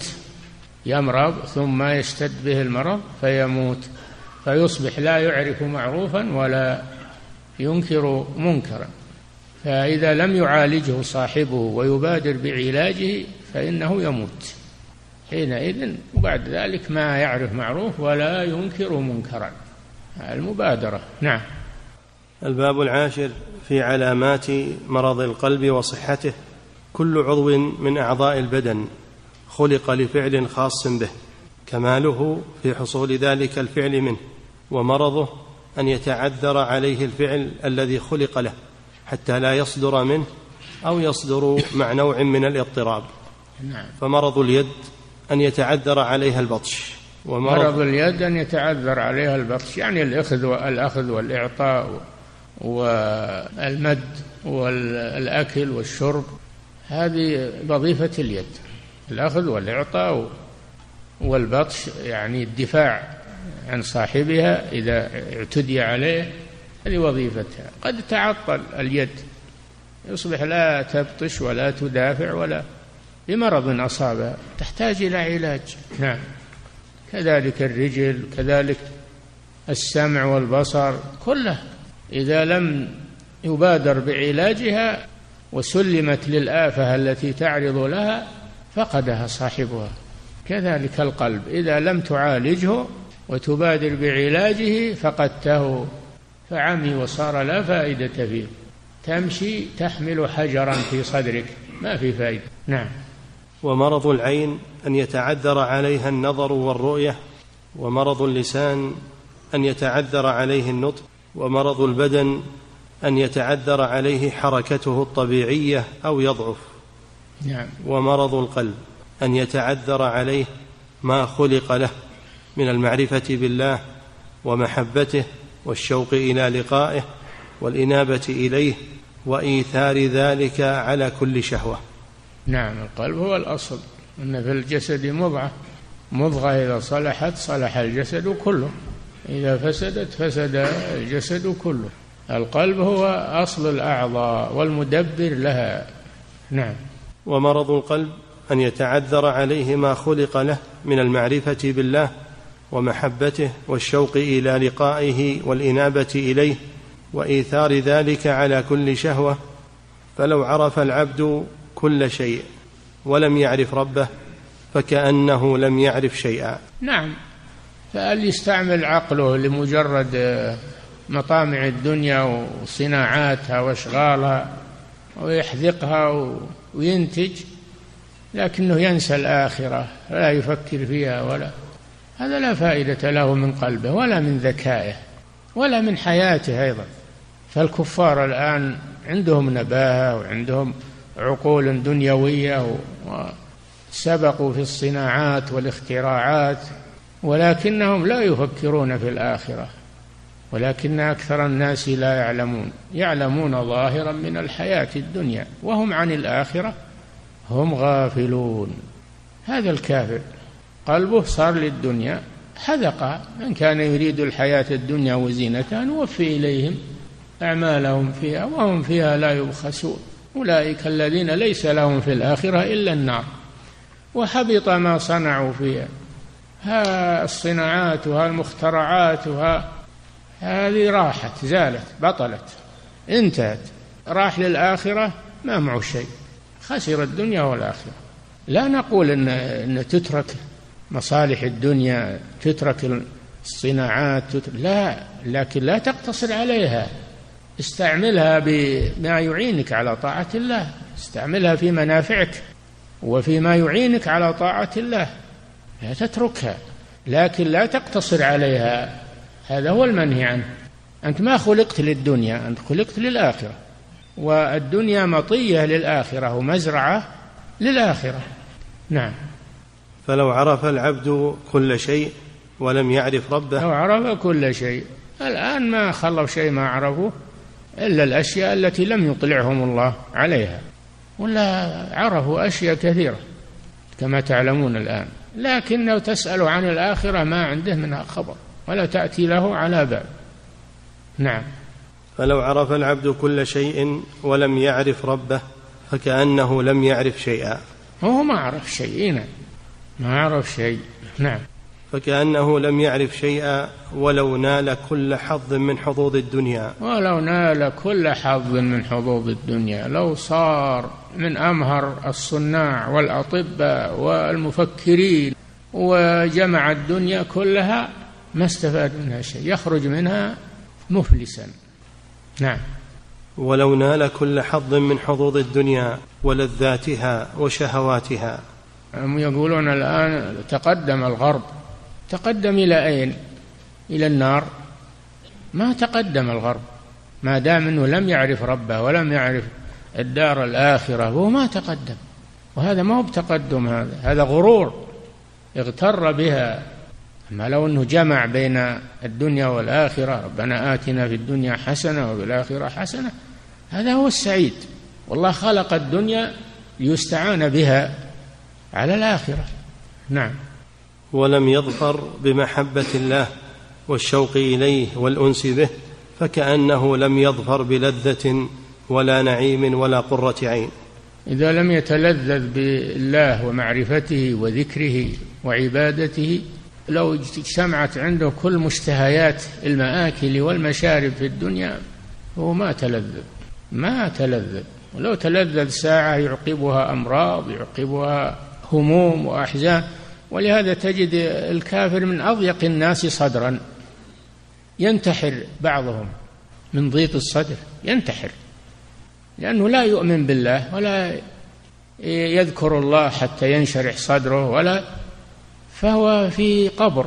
يمرض ثم يشتد به المرض فيموت، فيصبح لا يعرف معروفا ولا ينكر منكرا. فإذا لم يعالجه صاحبه ويبادر بعلاجه فإنه يموت حينئذ، وبعد ذلك ما يعرف معروف ولا ينكر منكرا. المبادرة. نعم. الباب 10 في علامات مرض القلب وصحته. كل عضو من أعضاء البدن خلق لفعل خاص به، كماله في حصول ذلك الفعل منه، ومرضه أن يتعذر عليه الفعل الذي خلق له حتى لا يصدر منه أو يصدر مع نوع من الاضطراب. نعم. فمرض اليد أن يتعذر عليها البطش. مرض اليد أن يتعذر عليها البطش، يعني الأخذ والإعطاء والمد والأكل والشرب، هذه وظيفة اليد. الأخذ والإعطاء والبطش يعني الدفاع عن صاحبها إذا اعتدي عليه، هذه وظيفتها. قد تعطل اليد، يصبح لا تبطش ولا تدافع ولا بمرض أصابها، تحتاج إلى علاج. نعم. كذلك الرجل، كذلك السمع والبصر، كله إذا لم يبادر بعلاجها وسلمت للآفة التي تعرض لها فقدها صاحبها. كذلك القلب إذا لم تعالجه وتبادر بعلاجه فقدته، فعمي وصار لا فائدة فيه. تمشي تحمل حجرا في صدرك، ما في فائدة. نعم. ومرض العين أن يتعذر عليها النظر والرؤية، ومرض اللسان أن يتعذر عليه النطق، ومرض البدن أن يتعذر عليه حركته الطبيعية أو يضعف. نعم. ومرض القلب أن يتعذر عليه ما خلق له من المعرفة بالله ومحبته والشوق إلى لقائه والإنابة إليه وإيثار ذلك على كل شهوة. نعم. القلب هو الأصل، إن في الجسد مضغة إذا صلحت صلح الجسد كله، إذا فسدت فسد الجسد كله. القلب هو أصل الأعضاء والمدبر لها. نعم. ومرض القلب أن يتعذر عليه ما خلق له من المعرفة بالله ومحبته والشوق إلى لقائه والإنابة إليه وإيثار ذلك على كل شهوة. فلو عرف العبد كل شيء ولم يعرف ربه فكأنه لم يعرف شيئا. نعم. فهل يستعمل عقله لمجرد مطامع الدنيا وصناعاتها واشغالها ويحذقها وينتج، لكنه ينسى الآخرة ولا يفكر فيها، ولا هذا لا فائدة له من قلبه ولا من ذكائه. ولا من حياته أيضا. فالكفار الآن عندهم نباهة وعندهم عقول دنيوية وسبقوا في الصناعات والاختراعات، ولكنهم لا يفكرون في الآخرة، ولكن أكثر الناس لا يعلمون ظاهرا من الحياة الدنيا وهم عن الآخرة هم غافلون. هذا الكافر قلبه صار للدنيا حذق، من كان يريد الحياة الدنيا وزينتها نوفي إليهم أعمالهم فيها وهم فيها لا يبخسون، أولئك الذين ليس لهم في الآخرة إلا النار وحبط ما صنعوا فيها. ها الصناعات وها المخترعات هذه راحت، زالت، بطلت، انتهت، راح للآخرة ما معه شيء، خسر الدنيا والآخرة. لا نقول إن تترك مصالح الدنيا، تترك الصناعات، لا، لكن لا تقتصر عليها، استعملها بما يعينك على طاعة الله، استعملها في منافعك وفيما يعينك على طاعة الله، لا تتركها، لكن لا تقتصر عليها. هذا هو المنهي عنه. أنت ما خلقت للدنيا، أنت خلقت للآخرة، والدنيا مطية للآخرة ومزرعة للآخرة. نعم. فلو عرف العبد كل شيء ولم يعرف ربه. لو عرف كل شيء، الآن ما خلوا شيء ما عرفوا إلا الأشياء التي لم يطلعهم الله عليها، ولا عرفوا أشياء كثيرة كما تعلمون الآن، لكن لو تسألوا عن الآخرة ما عنده منها خبر ولا تأتي له على بال. نعم. فلو عرف العبد كل شيء ولم يعرف ربه فكأنه لم يعرف شيئا. هو ما عرف شيء، ما عرف شيء. نعم. فكأنه لم يعرف شيئا ولو نال كل حظ من حظوظ الدنيا. ولو نال كل حظ من حظوظ الدنيا، لو صار من أمهر الصناع والأطباء والمفكرين وجمع الدنيا كلها ما استفاد منها شيء، يخرج منها مفلسا. نعم. ولو نال كل حظ من حظوظ الدنيا ولذاتها وشهواتها. هم يقولون الآن تقدم الغرب، تقدم إلى أين؟ إلى النار. ما تقدم الغرب ما دام أنه لم يعرف ربه ولم يعرف الدار الآخرة، وهو ما تقدم. وهذا ما هو بتقدم، هذا غرور اغتر بها. أما لو أنه جمع بين الدنيا والآخرة، ربنا آتنا في الدنيا حسنة وفي الآخرة حسنة، هذا هو السعيد. والله خلق الدنيا ليستعان بها على الآخرة. نعم. ولم يظفر بمحبة الله والشوق إليه والأنس به فكأنه لم يظفر بلذة ولا نعيم ولا قرة عين. إذا لم يتلذذ بالله ومعرفته وذكره وعبادته، لو اجتمعت عنده كل مشتهيات المآكل والمشارب في الدنيا هو ما تلذذ. ولو تلذذ ساعة يعقبها أمراض، يعقبها هموم وأحزان. ولهذا تجد الكافر من أضيق الناس صدرا، ينتحر بعضهم من ضيق الصدر، ينتحر لأنه لا يؤمن بالله ولا يذكر الله حتى ينشرح صدره، ولا فهو في قبر.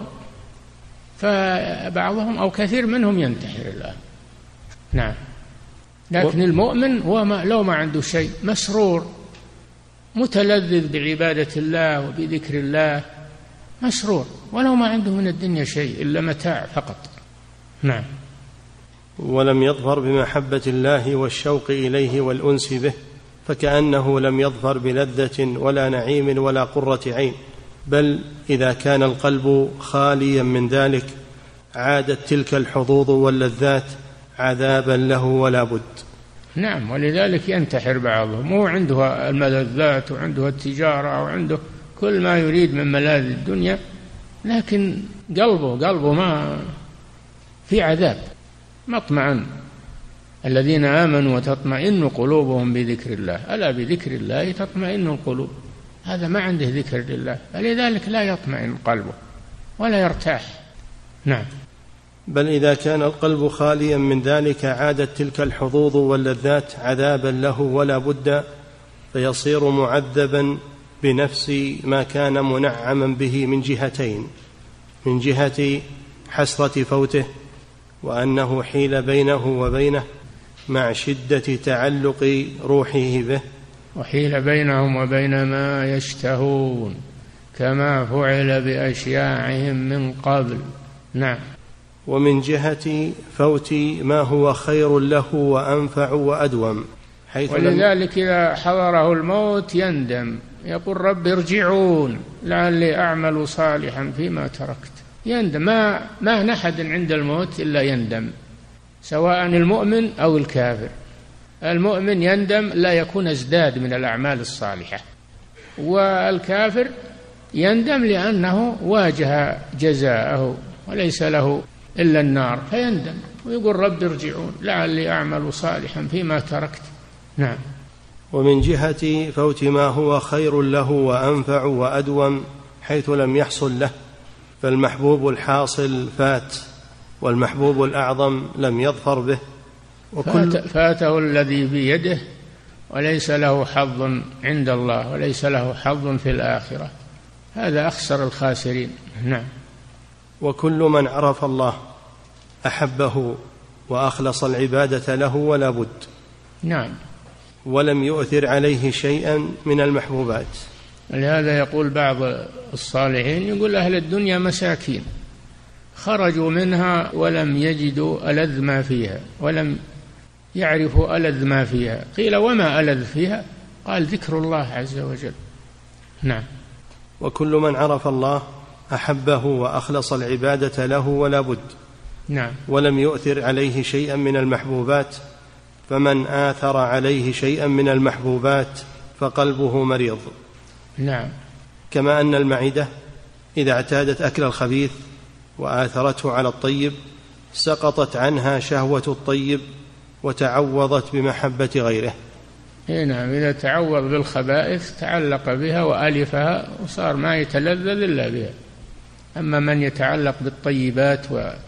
فبعضهم أو كثير منهم ينتحر الآن. نعم. لكن المؤمن هو لو ما عنده شيء مسرور متلذذ بعبادة الله وبذكر الله، مسرور ولو ما عنده من الدنيا شيء إلا متاع فقط. نعم. ولم يظفر بمحبة الله والشوق إليه والأنس به فكأنه لم يظفر بلذة ولا نعيم ولا قرة عين، بل إذا كان القلب خاليا من ذلك عادت تلك الحظوظ واللذات عذابا له ولا بد. نعم. ولذلك ينتحر بعضهم، هو عنده الملذات وعنده التجارة وعنده كل ما يريد من ملاذ الدنيا، لكن قلبه ما في عذاب، ما اطمئن. الذين آمنوا وتطمئن قلوبهم بذكر الله، ألا بذكر الله تطمئن القلوب. هذا ما عنده ذكر لله، فلذلك لا يطمئن قلبه ولا يرتاح. نعم. بل إذا كان القلب خاليا من ذلك عادت تلك الحظوظ واللذات عذابا له ولا بد، فيصير معذبا بنفس ما كان منعما به من جهتين: من جهة حسرة فوته، وأنه حيل بينه وبينه مع شدة تعلق روحه به، وحيل بينهم وبين ما يشتهون كما فعل بأشياعهم من قبل. نعم. ومن جهة فوت ما هو خير له وأنفع وأدوم، ولذلك إذا حضره الموت يندم، يقول رب ارجعون لعلي أعمل صالحا فيما تركت. يندم، ما أحد عند الموت إلا يندم، سواء المؤمن أو الكافر. المؤمن يندم لا يكون ازداد من الأعمال الصالحة، والكافر يندم لأنه واجه جزاءه وليس له إلا النار، فيندم ويقول رب ارجعون لعلي أعمل صالحا فيما تركت. نعم. ومن جهة فوت ما هو خير له وأنفع وأدوم حيث لم يحصل له، فالمحبوب الحاصل فات، والمحبوب الأعظم لم يظفر به، فاته الذي بيده وليس له حظ عند الله وليس له حظ في الآخرة، هذا أخسر الخاسرين. نعم. وكل من عرف الله أحبه وأخلص العبادة له ولا بد. نعم. ولم يؤثر عليه شيئا من المحبوبات. لهذا يقول بعض الصالحين، يقول أهل الدنيا مساكين خرجوا منها ولم يجدوا ألذ ما فيها، ولم يعرفوا ألذ ما فيها. قيل وما ألذ فيها؟ قال ذكر الله عز وجل. نعم. وكل من عرف الله أحبه وأخلص العبادة له ولا بد. نعم. ولم يؤثر عليه شيئا من المحبوبات، فمن آثر عليه شيئا من المحبوبات فقلبه مريض. نعم. كما أن المعدة إذا اعتادت أكل الخبيث وآثرته على الطيب سقطت عنها شهوة الطيب وتعوضت بمحبة غيره. نعم. إذا تعوض بالخبائث تعلق بها وألفها وصار ما يتلذذ إلا بها. أما من يتعلق بالطيبات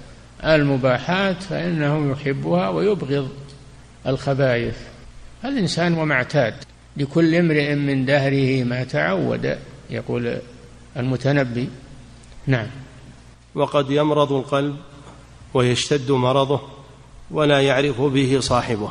والمباحات فإنه يحبها ويبغض الخبائث. الإنسان وما اعتاد، لكل امرئ من دهره ما تعود، يقول المتنبي. نعم. وقد يمرض القلب ويشتد مرضه ولا يعرف به صاحبه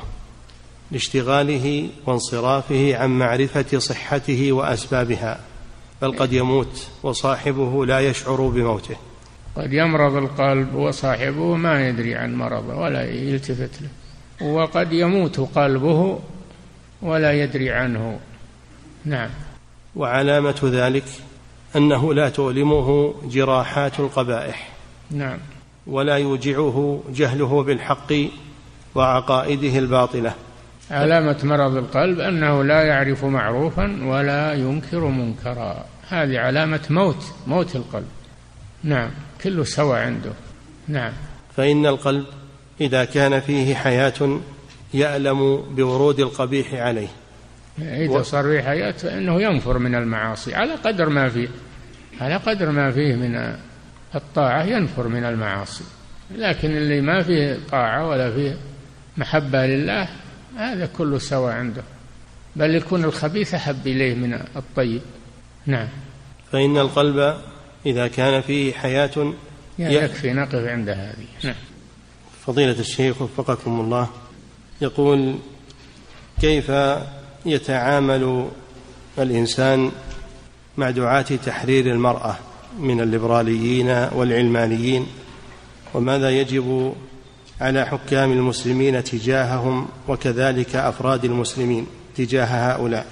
لاشتغاله وانصرافه عن معرفة صحته وأسبابها، بل قد يموت وصاحبه لا يشعر بموته. قد يمرض القلب وصاحبه ما يدري عن مرضه ولا يلتفت له، وقد يموت قلبه ولا يدري عنه. نعم. وعلامة ذلك أنه لا تؤلمه جراحات القبائح. نعم. ولا يوجعه جهله بالحق وعقائده الباطلة. علامة مرض القلب أنه لا يعرف معروفا ولا ينكر منكرا، هذه علامة موت القلب. نعم. كله سوى عنده. نعم. فإن القلب إذا كان فيه حياة يألم بورود القبيح عليه، إذا صار فيه حياة فإنه ينفر من المعاصي على قدر ما فيه من الطاعة ينفر من المعاصي. لكن اللي ما فيه طاعة ولا فيه محبة لله هذا كله سوى عنده، بل يكون الخبيث أحب إليه من الطيب. نعم. فإن القلب إذا كان فيه حياة يكفي نقف عند هذه. نعم. فضيلة الشيخ وفقكم الله، يقول: كيف يتعامل الإنسان مع دعاة تحرير المرأة من الليبراليين والعلمانيين، وماذا يجب على حكام المسلمين تجاههم وكذلك أفراد المسلمين تجاه هؤلاء؟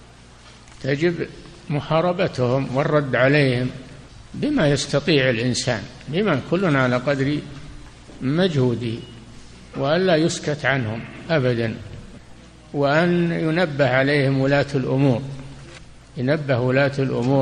تجب محاربتهم والرد عليهم بما يستطيع الإنسان، بما كلنا على قدر مجهوده، وألا يسكت عنهم أبدا، وأن ينبه عليهم ولاة الأمور، ينبه ولاة الأمور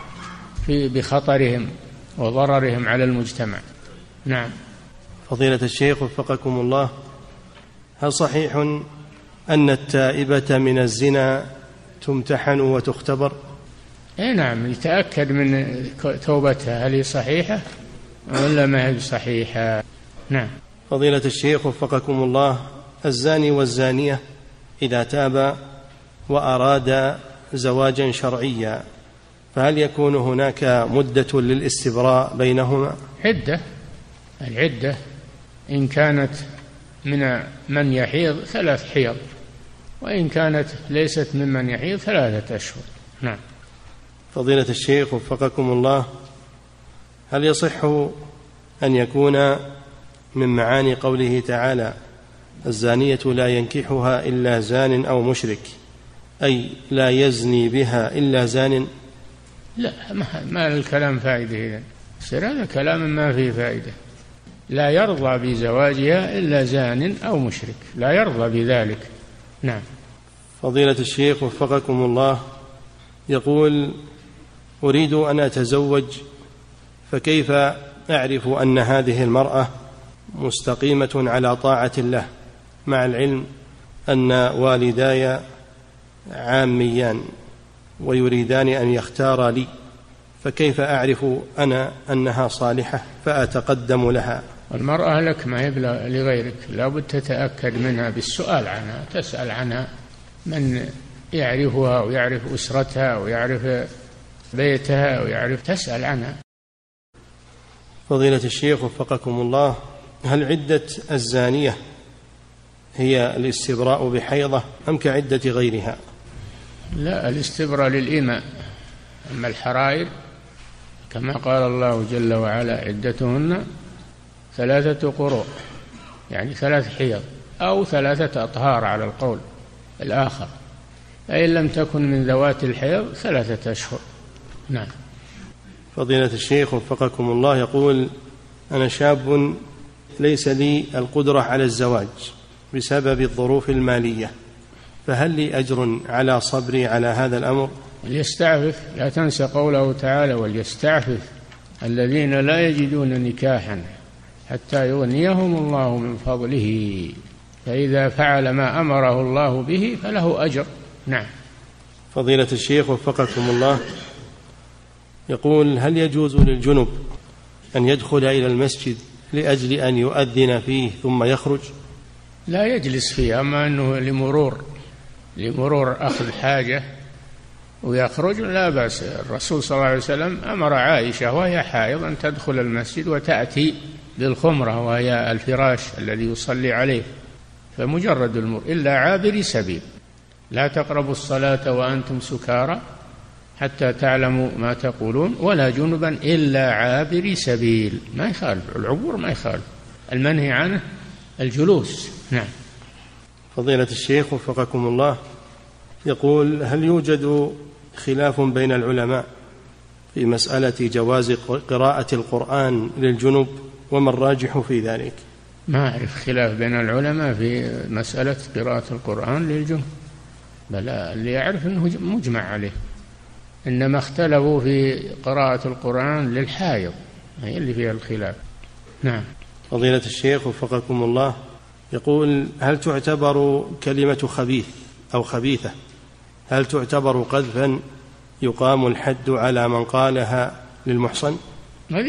بخطرهم وضررهم على المجتمع. نعم. فضيلة الشيخ وفقكم الله، هل صحيح أن التائبة من الزنا تمتحن وتختبر؟ نعم، يتأكد من توبتها هل هي صحيحة ولا ما هي صحيحة. نعم. فضيلة الشيخ وفقكم الله، الزاني والزانية إذا تابا وأرادا زواجا شرعيا فهل يكون هناك مدة للاستبراء بينهما؟ العدة إن كانت من يحيض 3 حيض، وإن كانت ليست ممن يحيض 3 أشهر. نعم. فضيلة الشيخ وفقكم الله، هل يصح أن يكون من معاني قوله تعالى الزانية لا ينكحها إلا زان أو مشرك، أي لا يزني بها إلا زان؟ لا، ما الكلام فائدة إذن، يصير هذا كلام ما فيه فائدة. لا يرضى بزواجها إلا زان أو مشرك، لا يرضى بذلك. نعم. فضيلة الشيخ وفقكم الله، يقول أريد أن أتزوج، فكيف أعرف أن هذه المرأة مستقيمة على طاعة الله، مع العلم أن والداي عاميان ويريدان أن يختارا لي، فكيف أعرف أنا أنها صالحة فأتقدم لها؟ المرأة لك ما هي لغيرك، لا بد تتأكد منها بالسؤال عنها، تسأل عنها من يعرفها ويعرف أسرتها ويعرف بيتها ويعرف، تسأل عنها. فضيلة الشيخ وفقكم الله، هل عدة الزانية هي الاستبراء بحيضة أم كعدة غيرها؟ لا، الاستبراء للإماء، أما الحرائر كما قال الله جل وعلا عدتهن 3 قروء، يعني 3 حيض أو 3 أطهار على القول الآخر، فإن لم تكن من ذوات الحيض 3 أشهر. نعم. فضيلة الشيخ وفقكم الله، يقول أنا شاب ليس لي القدرة على الزواج بسبب الظروف المالية، فهل لي أجر على صبري على هذا الأمر؟ وليستعفف، لا تنسى قوله تعالى وليستعفف الذين لا يجدون نكاحا حتى يغنيهم الله من فضله، فإذا فعل ما أمره الله به فله أجر. نعم. فضيلة الشيخ وفقكم الله، يقول هل يجوز للجنب أن يدخل إلى المسجد لأجل أن يؤذن فيه ثم يخرج؟ لا يجلس فيه، أما أنه لمرور أخذ حاجة ويخرج لا بأس. الرسول صلى الله عليه وسلم أمر عائشة وهي حائض أن تدخل المسجد وتأتي بالخمرة وهي الفراش الذي يصلي عليه، فمجرد المرور، إلا عابر سبيل. لا تقربوا الصلاة وأنتم سكارى حتى تعلموا ما تقولون ولا جنبا إلا عابر سبيل. ما يخالف العبور، ما يخالف، المنهي عنه الجلوس. نعم. فضيلة الشيخ وفقكم الله، يقول هل يوجد خلاف بين العلماء في مسألة جواز قراءة القرآن للجنوب، وما الراجح في ذلك؟ ما أعرف خلاف بين العلماء في مسألة قراءة القرآن للجنوب، بل اللي يعرف أنه مجمع عليه، إنما اختلفوا في قراءة القرآن للحائض، هي اللي فيها الخلاف. نعم. فضيلة الشيخ وفقكم الله، يقول هل تعتبر كلمة خبيث أو خبيثة هل تعتبر قذفا يقام الحد على من قالها للمحصن؟ هذه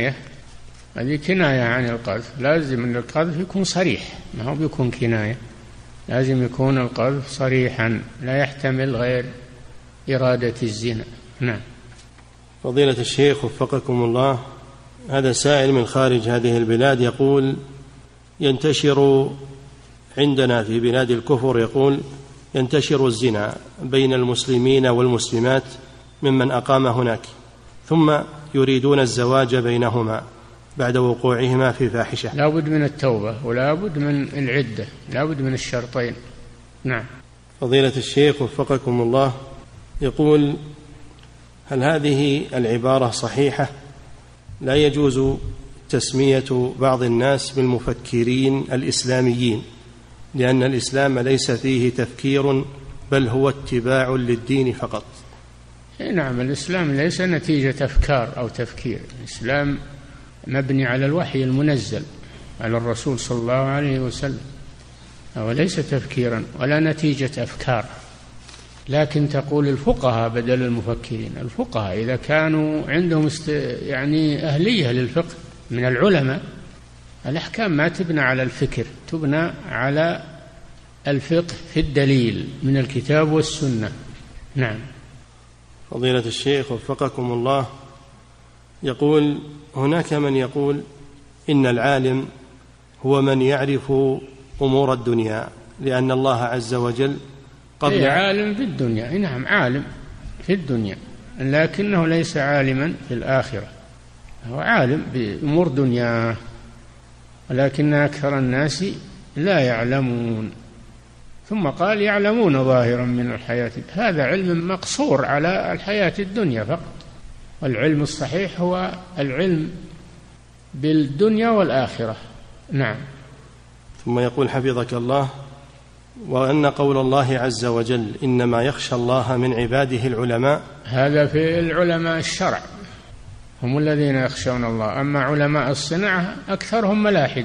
كناية عن القذف، لازم أن القذف يكون صريح، ما هو بيكون كناية، لازم يكون القذف صريحا لا يحتمل غير إرادة الزنا. نعم. فضيلة الشيخ وفقكم الله، هذا سائل من خارج هذه البلاد يقول ينتشر عندنا في بلاد الكفر، يقول ينتشر الزنا بين المسلمين والمسلمات ممن أقام هناك، ثم يريدون الزواج بينهما بعد وقوعهما في فاحشة. لا بد من التوبة ولا بد من العدة، لا بد من الشرطين. نعم. فضيلة الشيخ وفقكم الله، يقول هل هذه العبارة صحيحة؟ لا يجوز تسمية بعض الناس بالمفكرين الإسلاميين، لأن الإسلام ليس فيه تفكير بل هو اتباع للدين فقط. نعم، الإسلام ليس نتيجة أفكار أو تفكير، الإسلام مبني على الوحي المنزل على الرسول صلى الله عليه وسلم، وليس تفكيرا ولا نتيجة أفكار. لكن تقول الفقهاء بدل المفكرين، الفقهاء إذا كانوا عندهم يعني أهلية للفقه من العلماء، الأحكام ما تبنى على الفكر، تبنى على الفقه في الدليل من الكتاب والسنة. نعم. فضيلة الشيخ وفقكم الله، يقول هناك من يقول إن العالم هو من يعرف أمور الدنيا، لأن الله عز وجل قبل عالم في الدنيا. نعم، عالم في الدنيا، لكنه ليس عالما في الآخرة. هو عالم بأمور دنيا، ولكن أكثر الناس لا يعلمون. ثم قال يعلمون ظاهرا من الحياة. هذا علم مقصور على الحياة الدنيا فقط، والعلم الصحيح هو العلم بالدنيا والآخرة. نعم. ثم يقول حفظك الله: وأن قول الله عز وجل إنما يخشى الله من عباده العلماء، هذا في العلماء الشرع، هم الذين يخشون الله. أما علماء الصنعة أكثرهم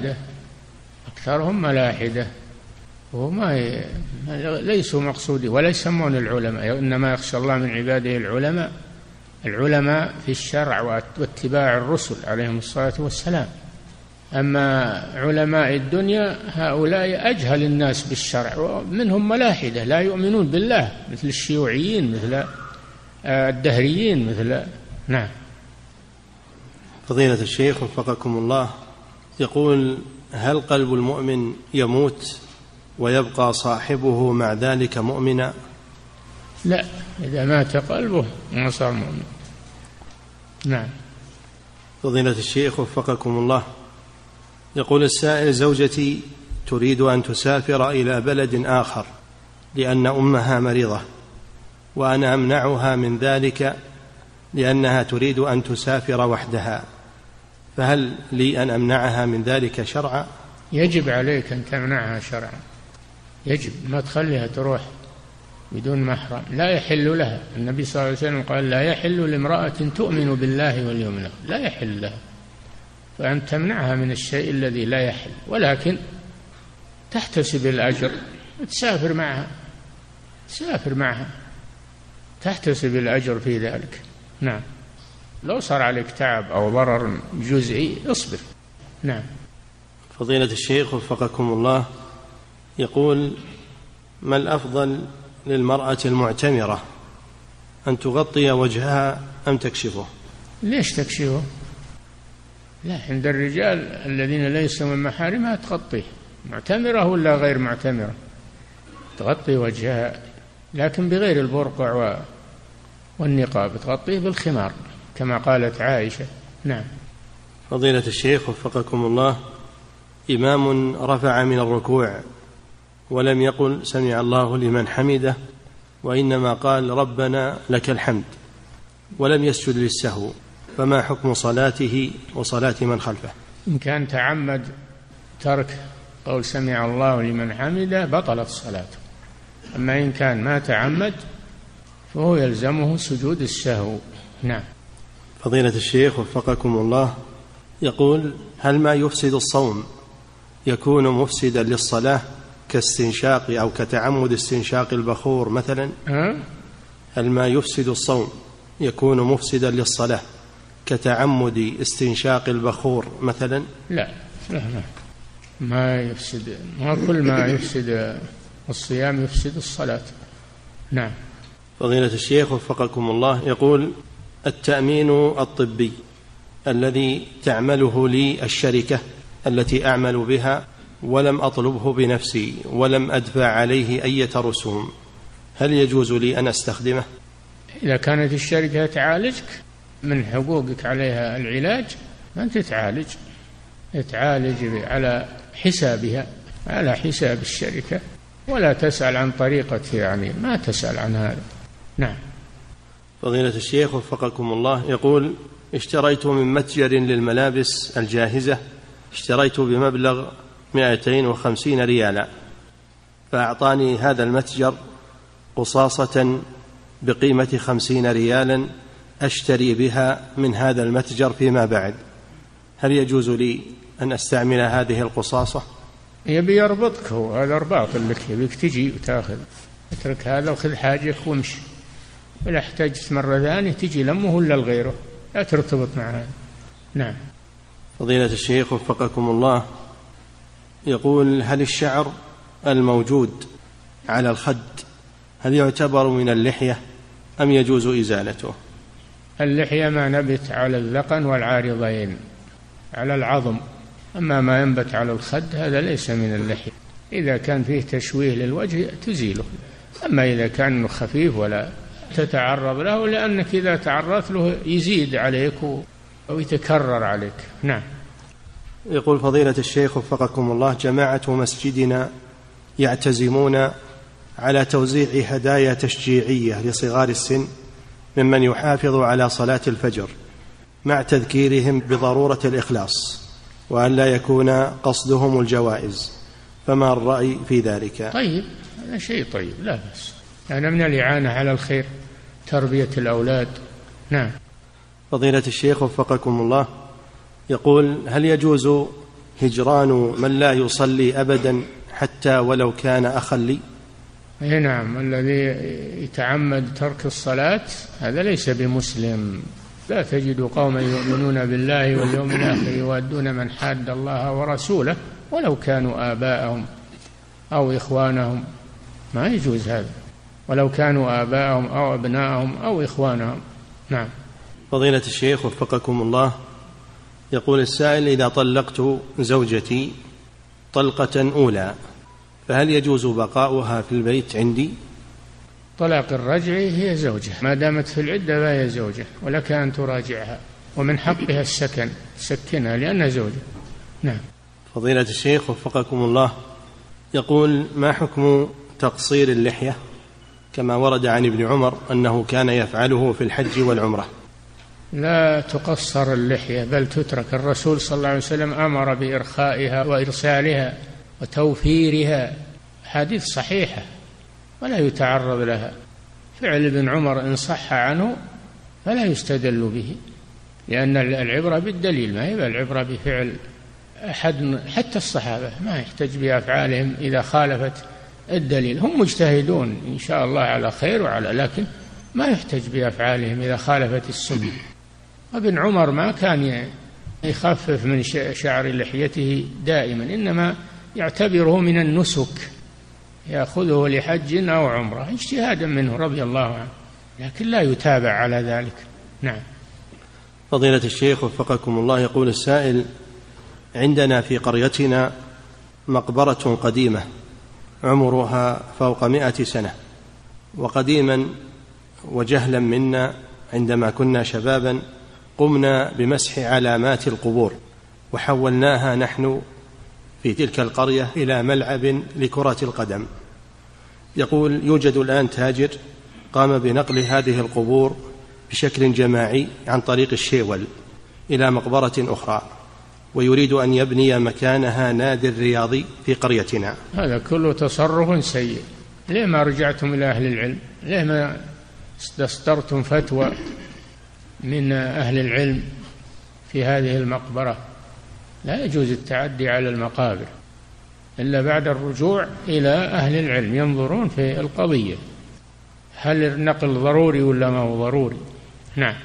ملاحدة وما ليسوا مقصودين ولا يسمون العلماء. إنما يخشى الله من عباده العلماء في الشرع واتباع الرسل عليهم الصلاة والسلام. أما علماء الدنيا هؤلاء أجهل الناس بالشرع، ومنهم ملاحدة لا يؤمنون بالله، مثل الشيوعيين، مثل الدهريين، مثل. نعم. فضيلة الشيخ وفقكم الله، يقول: هل قلب المؤمن يموت ويبقى صاحبه مع ذلك مؤمنا؟ لا، إذا مات قلبه ما صار مؤمن. نعم. فضيلة الشيخ وفقكم الله، يقول السائل: زوجتي تريد أن تسافر إلى بلد آخر لأن أمها مريضة، وأنا أمنعها من ذلك لأنها تريد أن تسافر وحدها، فهل لي أن أمنعها من ذلك شرعا؟ يجب عليك أن تمنعها شرعا، يجب، ما تخليها تروح بدون محرم، لا يحل لها. النبي صلى الله عليه وسلم قال: لا يحل لامرأة تؤمن بالله واليوم الآخر، لا يحل لها. فأن تمنعها من الشيء الذي لا يحل، ولكن تحتسب الأجر، تسافر معها تحتسب الأجر في ذلك. نعم. لو صار عليك تعب أو ضرر جزئي اصبر. نعم. فضيلة الشيخ وفقكم الله، يقول: ما الأفضل للمرأة المعتمرة، أن تغطي وجهها أم تكشفه؟ ليش تكشفه؟ لا، عند الرجال الذين ليسوا من محارمها تغطيه، معتمرة ولا غير معتمرة تغطي وجهها، لكن بغير البرقع والنقاب، تغطيه بالخمار كما قالت عائشة. نعم. فضيلة الشيخ وفقكم الله، إمام رفع من الركوع ولم يقل سمع الله لمن حمده، وإنما قال ربنا لك الحمد، ولم يسجد للسهو، فما حكم صلاته وصلاة من خلفه؟ إن كان تعمد ترك قول سمع الله لمن حمده بطلت صلاته. أما إن كان ما تعمد فهو يلزمه سجود السهو. نعم. فضيلة الشيخ وفقكم الله، يقول: هل ما يفسد الصوم يكون مفسدا للصلاة كاستنشاق أو كتعمد استنشاق البخور مثلا؟ هل ما يفسد الصوم يكون مفسدا للصلاة كتعمد استنشاق البخور مثلا؟ لا، ما يفسد، ما كل ما يفسد الصيام يفسد الصلاة. نعم. فضيلة الشيخ وفقكم الله، يقول: التأمين الطبي الذي تعمله لي الشركة التي أعمل بها ولم أطلبه بنفسي ولم أدفع عليه أي رسوم، هل يجوز لي أن أستخدمه؟ إذا كانت الشركة تعالجك من حقوقك عليها العلاج، أنت تعالج على حسابها، على حساب الشركة، ولا تسأل عن طريقة، يعني ما تسأل عن هذا. نعم. فضيلة الشيخ وفقكم الله، يقول: اشتريت من متجر للملابس الجاهزة، اشتريت بمبلغ 250 ريالا، فأعطاني هذا المتجر قصاصة بقيمة 50 ريالا أشتري بها من هذا المتجر فيما بعد، هل يجوز لي أن أستعمل هذه القصاصة؟ يبي يربطك، هو هذا رباط لك، يبيك تجي وتاخذ، اترك هذا وخذ حاجك وامشي، ولا احتجت مرة ثانية تجي لمه ولا لغيره، لا ترتبط مع هذا. نعم. فضيلة الشيخ وفقكم الله، يقول: هل الشعر الموجود على الخد هل يعتبر من اللحية أم يجوز إزالته؟ اللحية ما نبت على الذقن والعارضين، على العظم أما ما ينبت على الخد هذا ليس من اللحية. إذا كان فيه تشويه للوجه تزيله، أما إذا كان خفيف ولا تتعرض له، لأنك إذا تعرضت له يزيد عليك أو يتكرر عليك. نعم. يقول فضيلة الشيخ وفقكم الله: جماعة مسجدنا يعتزمون على توزيع هدايا تشجيعية لصغار السن ممن يحافظ على صلاة الفجر، مع تذكيرهم بضرورة الإخلاص وأن لا يكون قصدهم الجوائز، فما الرأي في ذلك؟ طيب، هذا شيء طيب لا بأس، يعني من الإعانة على الخير، تربية الأولاد. نعم. فضيلة الشيخ وفقكم الله يقول: هل يجوز هجران من لا يصلي أبدا حتى ولو كان أخا لي؟ نعم، الذي يتعمد ترك الصلاة هذا ليس بمسلم. لا تجد قوما يؤمنون بالله واليوم الآخر يوادون من حاد الله ورسوله ولو كانوا آباءهم أو إخوانهم. ما يجوز هذا، ولو كانوا آباءهم أو أبناءهم أو إخوانهم. نعم. فضيلة الشيخ وفقكم الله يقول السائل: إذا طلقت زوجتي طلقة أولى فهل يجوز بقاؤها في البيت عندي؟ طلاق الرجعي هي زوجة، ما دامت في العدة فهي زوجة، ولك أن تراجعها، ومن حقها السكن، سكنها لأنها زوجة. نعم. فضيلة الشيخ وفقكم الله يقول: ما حكم تقصير اللحية كما ورد عن ابن عمر أنه كان يفعله في الحج والعمرة؟ لا تقصر اللحية بل تترك. الرسول صلى الله عليه وسلم أمر بإرخائها وإرسالها وتوفيرها، حديث صحيحة، ولا يتعرض لها. فعل ابن عمر إن صح عنه فلا يستدل به، لأن العبرة بالدليل، ما هي العبرة بفعل أحد. حتى الصحابة ما يحتج بأفعالهم إذا خالفت الدليل، هم مجتهدون إن شاء الله على خير وعلى، لكن ما يحتج بأفعالهم إذا خالفت السنة. ابن عمر ما كان يخفف من شعر لحيته دائما، إنما يعتبره من النسك، يأخذه لحج أو عمرة اجتهادا منه رضي الله عنه، لكن لا يتابع على ذلك. نعم. فضيلة الشيخ وفقكم الله يقول السائل: عندنا في قريتنا مقبرة قديمة عمرها فوق 100 سنة، وقديما وجهلا منا عندما كنا شبابا قمنا بمسح علامات القبور، وحولناها نحن في تلك القرية إلى ملعب لكرة القدم. يقول: يوجد الآن تاجر قام بنقل هذه القبور بشكل جماعي عن طريق الشيول إلى مقبرة أخرى، ويريد أن يبني مكانها نادي رياضي في قريتنا. هذا كله تصرف سيء. ليه ما رجعتم إلى أهل العلم؟ ليه ما استصدرتم فتوى من أهل العلم في هذه المقبرة؟ لا يجوز التعدي على المقابر إلا بعد الرجوع إلى أهل العلم ينظرون في القضية، هل النقل ضروري ولا ما هو ضروري. نعم.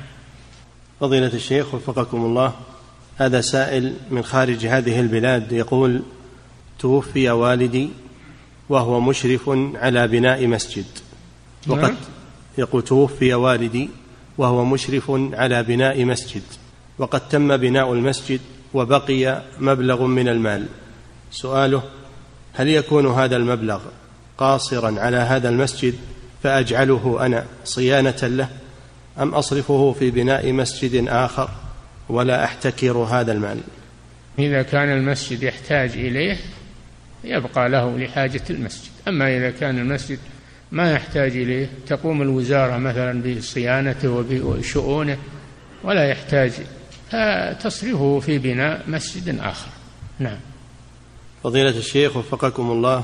فضيلة الشيخ وفقكم الله هذا سائل من خارج هذه البلاد يقول: توفي والدي وهو مشرف على بناء مسجد، وقد يقول توفي والدي وهو مشرف على بناء مسجد، وقد تم بناء المسجد وبقي مبلغ من المال. سؤاله: هل يكون هذا المبلغ قاصرا على هذا المسجد فأجعله أنا صيانة له، أم أصرفه في بناء مسجد آخر ولا أحتكر هذا المال؟ إذا كان المسجد يحتاج إليه يبقى له لحاجة المسجد، أما إذا كان المسجد ما يحتاج إليه تقوم الوزارة مثلا بصيانته وبشؤونه ولا يحتاج، فتصرفه في بناء مسجد آخر. نعم. فضيلة الشيخ وفقكم الله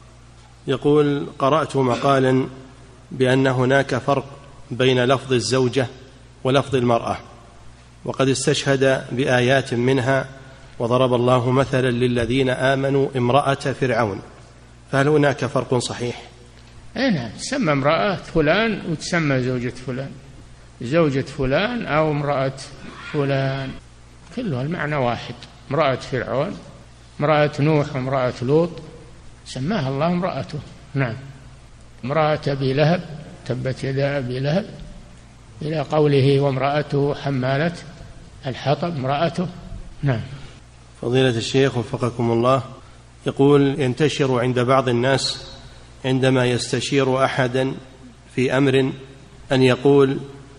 يقول: قرأت مقالا بأن هناك فرق بين لفظ الزوجة ولفظ المرأة، وقد استشهد بآيات منها: وضرب الله مثلا للذين آمنوا امرأة فرعون، فهل هناك فرق صحيح؟ نعم، تسمى امرأة فلان وتسمى زوجة فلان، زوجة فلان أو امرأة فلان، كلها المعنى واحد. امرأة فرعون، امرأة نوح، امرأة لوط، سماها الله امرأته. نعم. امرأة أبي لهب، تبت يدا أبي لهب، إلى قوله وامرأته حمالة الحطب، امرأته. نعم. فضيلة الشيخ وفقكم الله، يقول ينتشر عند بعض الناس عندما يستشير أحدا في أمر أن يقول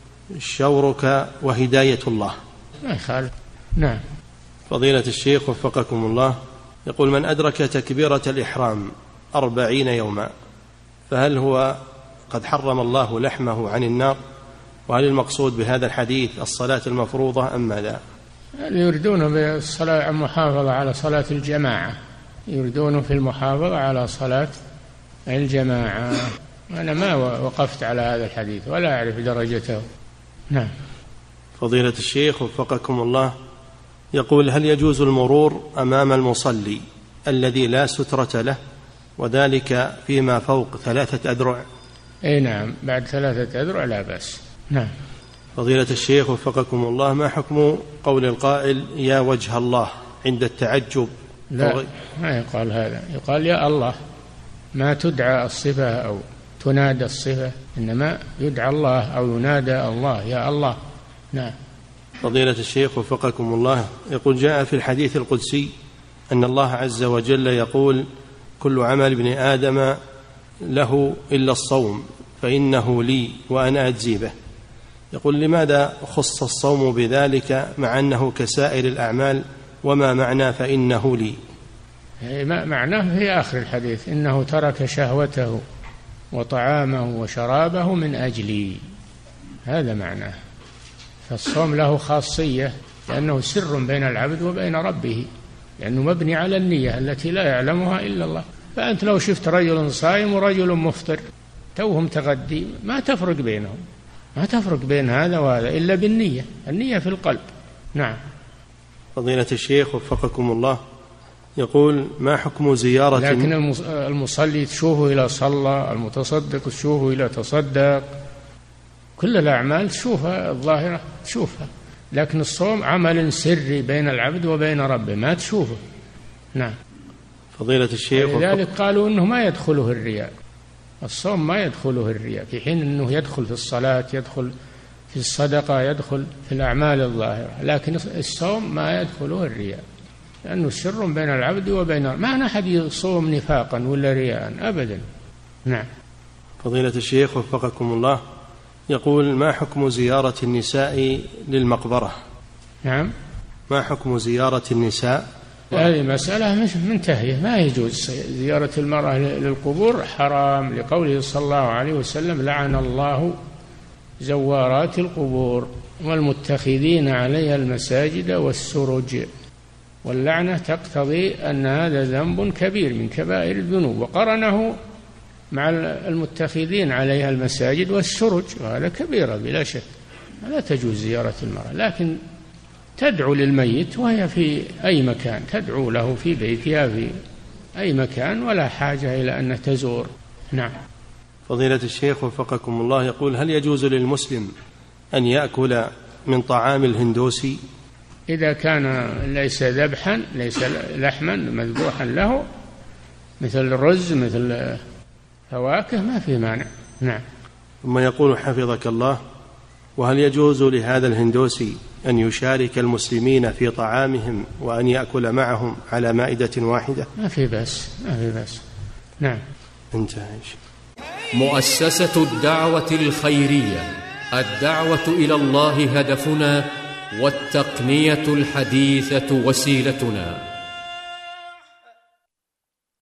شورك وهداية الله. ما يخالف. نعم. فضيلة الشيخ وفقكم الله، يقول من أدرك تكبيرة الإحرام 40 يوما فهل هو قد حرم الله لحمه عن النار؟ وهل المقصود بهذا الحديث الصلاة المفروضة أم ماذا؟ يريدون بالصلاة المحافظة على صلاة الجماعة، يريدون في المحافظة على صلاة الجماعة. أنا ما وقفت على هذا الحديث ولا أعرف درجته. نعم. فضيلة الشيخ وفقكم الله، يقول هل يجوز المرور أمام المصلي الذي لا سترة له وذلك فيما فوق 3 أذرع؟ أي نعم، بعد 3 أذرع لا بأس. نعم. فضيلة الشيخ وفقكم الله، ما حكم قول القائل يا وجه الله عند التعجب؟ لا، ما يقال هذا، يقال يا الله، ما تدعى الصفة أو تنادى الصفة، إنما يدعى الله أو ينادى الله يا الله. نعم. فضيلة الشيخ وفقكم الله، يقول جاء في الحديث القدسي أن الله عز وجل يقول كل عمل ابن آدم له إلا الصوم فإنه لي وأنا أجزي به. يقول لماذا خص الصوم بذلك مع أنه كسائر الأعمال؟ وما معنى فإنه لي؟ معناه في آخر الحديث إنه ترك شهوته وطعامه وشرابه من أجلي، هذا معناه. فالصوم له خاصية لأنه سر بين العبد وبين ربه، لأنه مبني على النية التي لا يعلمها إلا الله. فأنت لو شفت رجل صائم ورجل مفطر توهم تغدي ما تفرق بينهم، ما تفرق بين هذا وهذا إلا بالنية، النية في القلب. نعم. فضيلة الشيخ وفقكم الله، يقول ما حكم زيارة؟ لكن المصلي تشوفه إلى صلى، المتصدق تشوفه إلى تصدق، كل الأعمال تشوفها الظاهرة تشوفها، لكن الصوم عمل سري بين العبد وبين ربه ما تشوفه. نعم. فضيلة الشيخ، لذلك قالوا إنه ما يدخله الرياء، الصوم ما يدخله الرياء، في حين أنه يدخل في الصلاة، يدخل في الصدقة، يدخل في الأعمال الظاهرة، لكن الصوم ما يدخله الرياء لأنه سر بين العبد وبين، ما أحد يصوم نفاقا ولا رياء أبدا. نعم. فضيلة الشيخ وفقكم الله، يقول ما حكم زيارة النساء للمقبرة؟ نعم. ما حكم زيارة النساء؟ هذه مسألة منتهية، ما يجوز زيارة المرأة للقبور، حرام، لقوله صلى الله عليه وسلم لعن الله زوارات القبور والمتخذين عليها المساجد والسرج. واللعنة تقتضي أن هذا ذنب كبير من كبائر الذنوب، وقرنه مع المتخذين عليها المساجد والسرج، وهذا كبيرة بلا شك، لا تجوز زيارة المرأة، لكن تدعو للميت وهي في أي مكان، تدعو له في بيتها في أي مكان، ولا حاجة إلى أن تزور. نعم. فضيلة الشيخ وفقكم الله، يقول هل يجوز للمسلم أن يأكل من طعام الهندوسي إذا كان ليس ذبحا، ليس لحما مذبوحا له، مثل الرز مثل فواكه، ما في مانع. نعم. ثم يقول حفظك الله، وهل يجوز لهذا الهندوسي أن يشارك المسلمين في طعامهم وأن يأكل معهم على مائدة واحدة؟ ما في بأس، ما في بأس. نعم. انتهى. مؤسسة الدعوة الخيرية، الدعوة إلى الله هدفنا، والتقنية الحديثة وسيلتنا.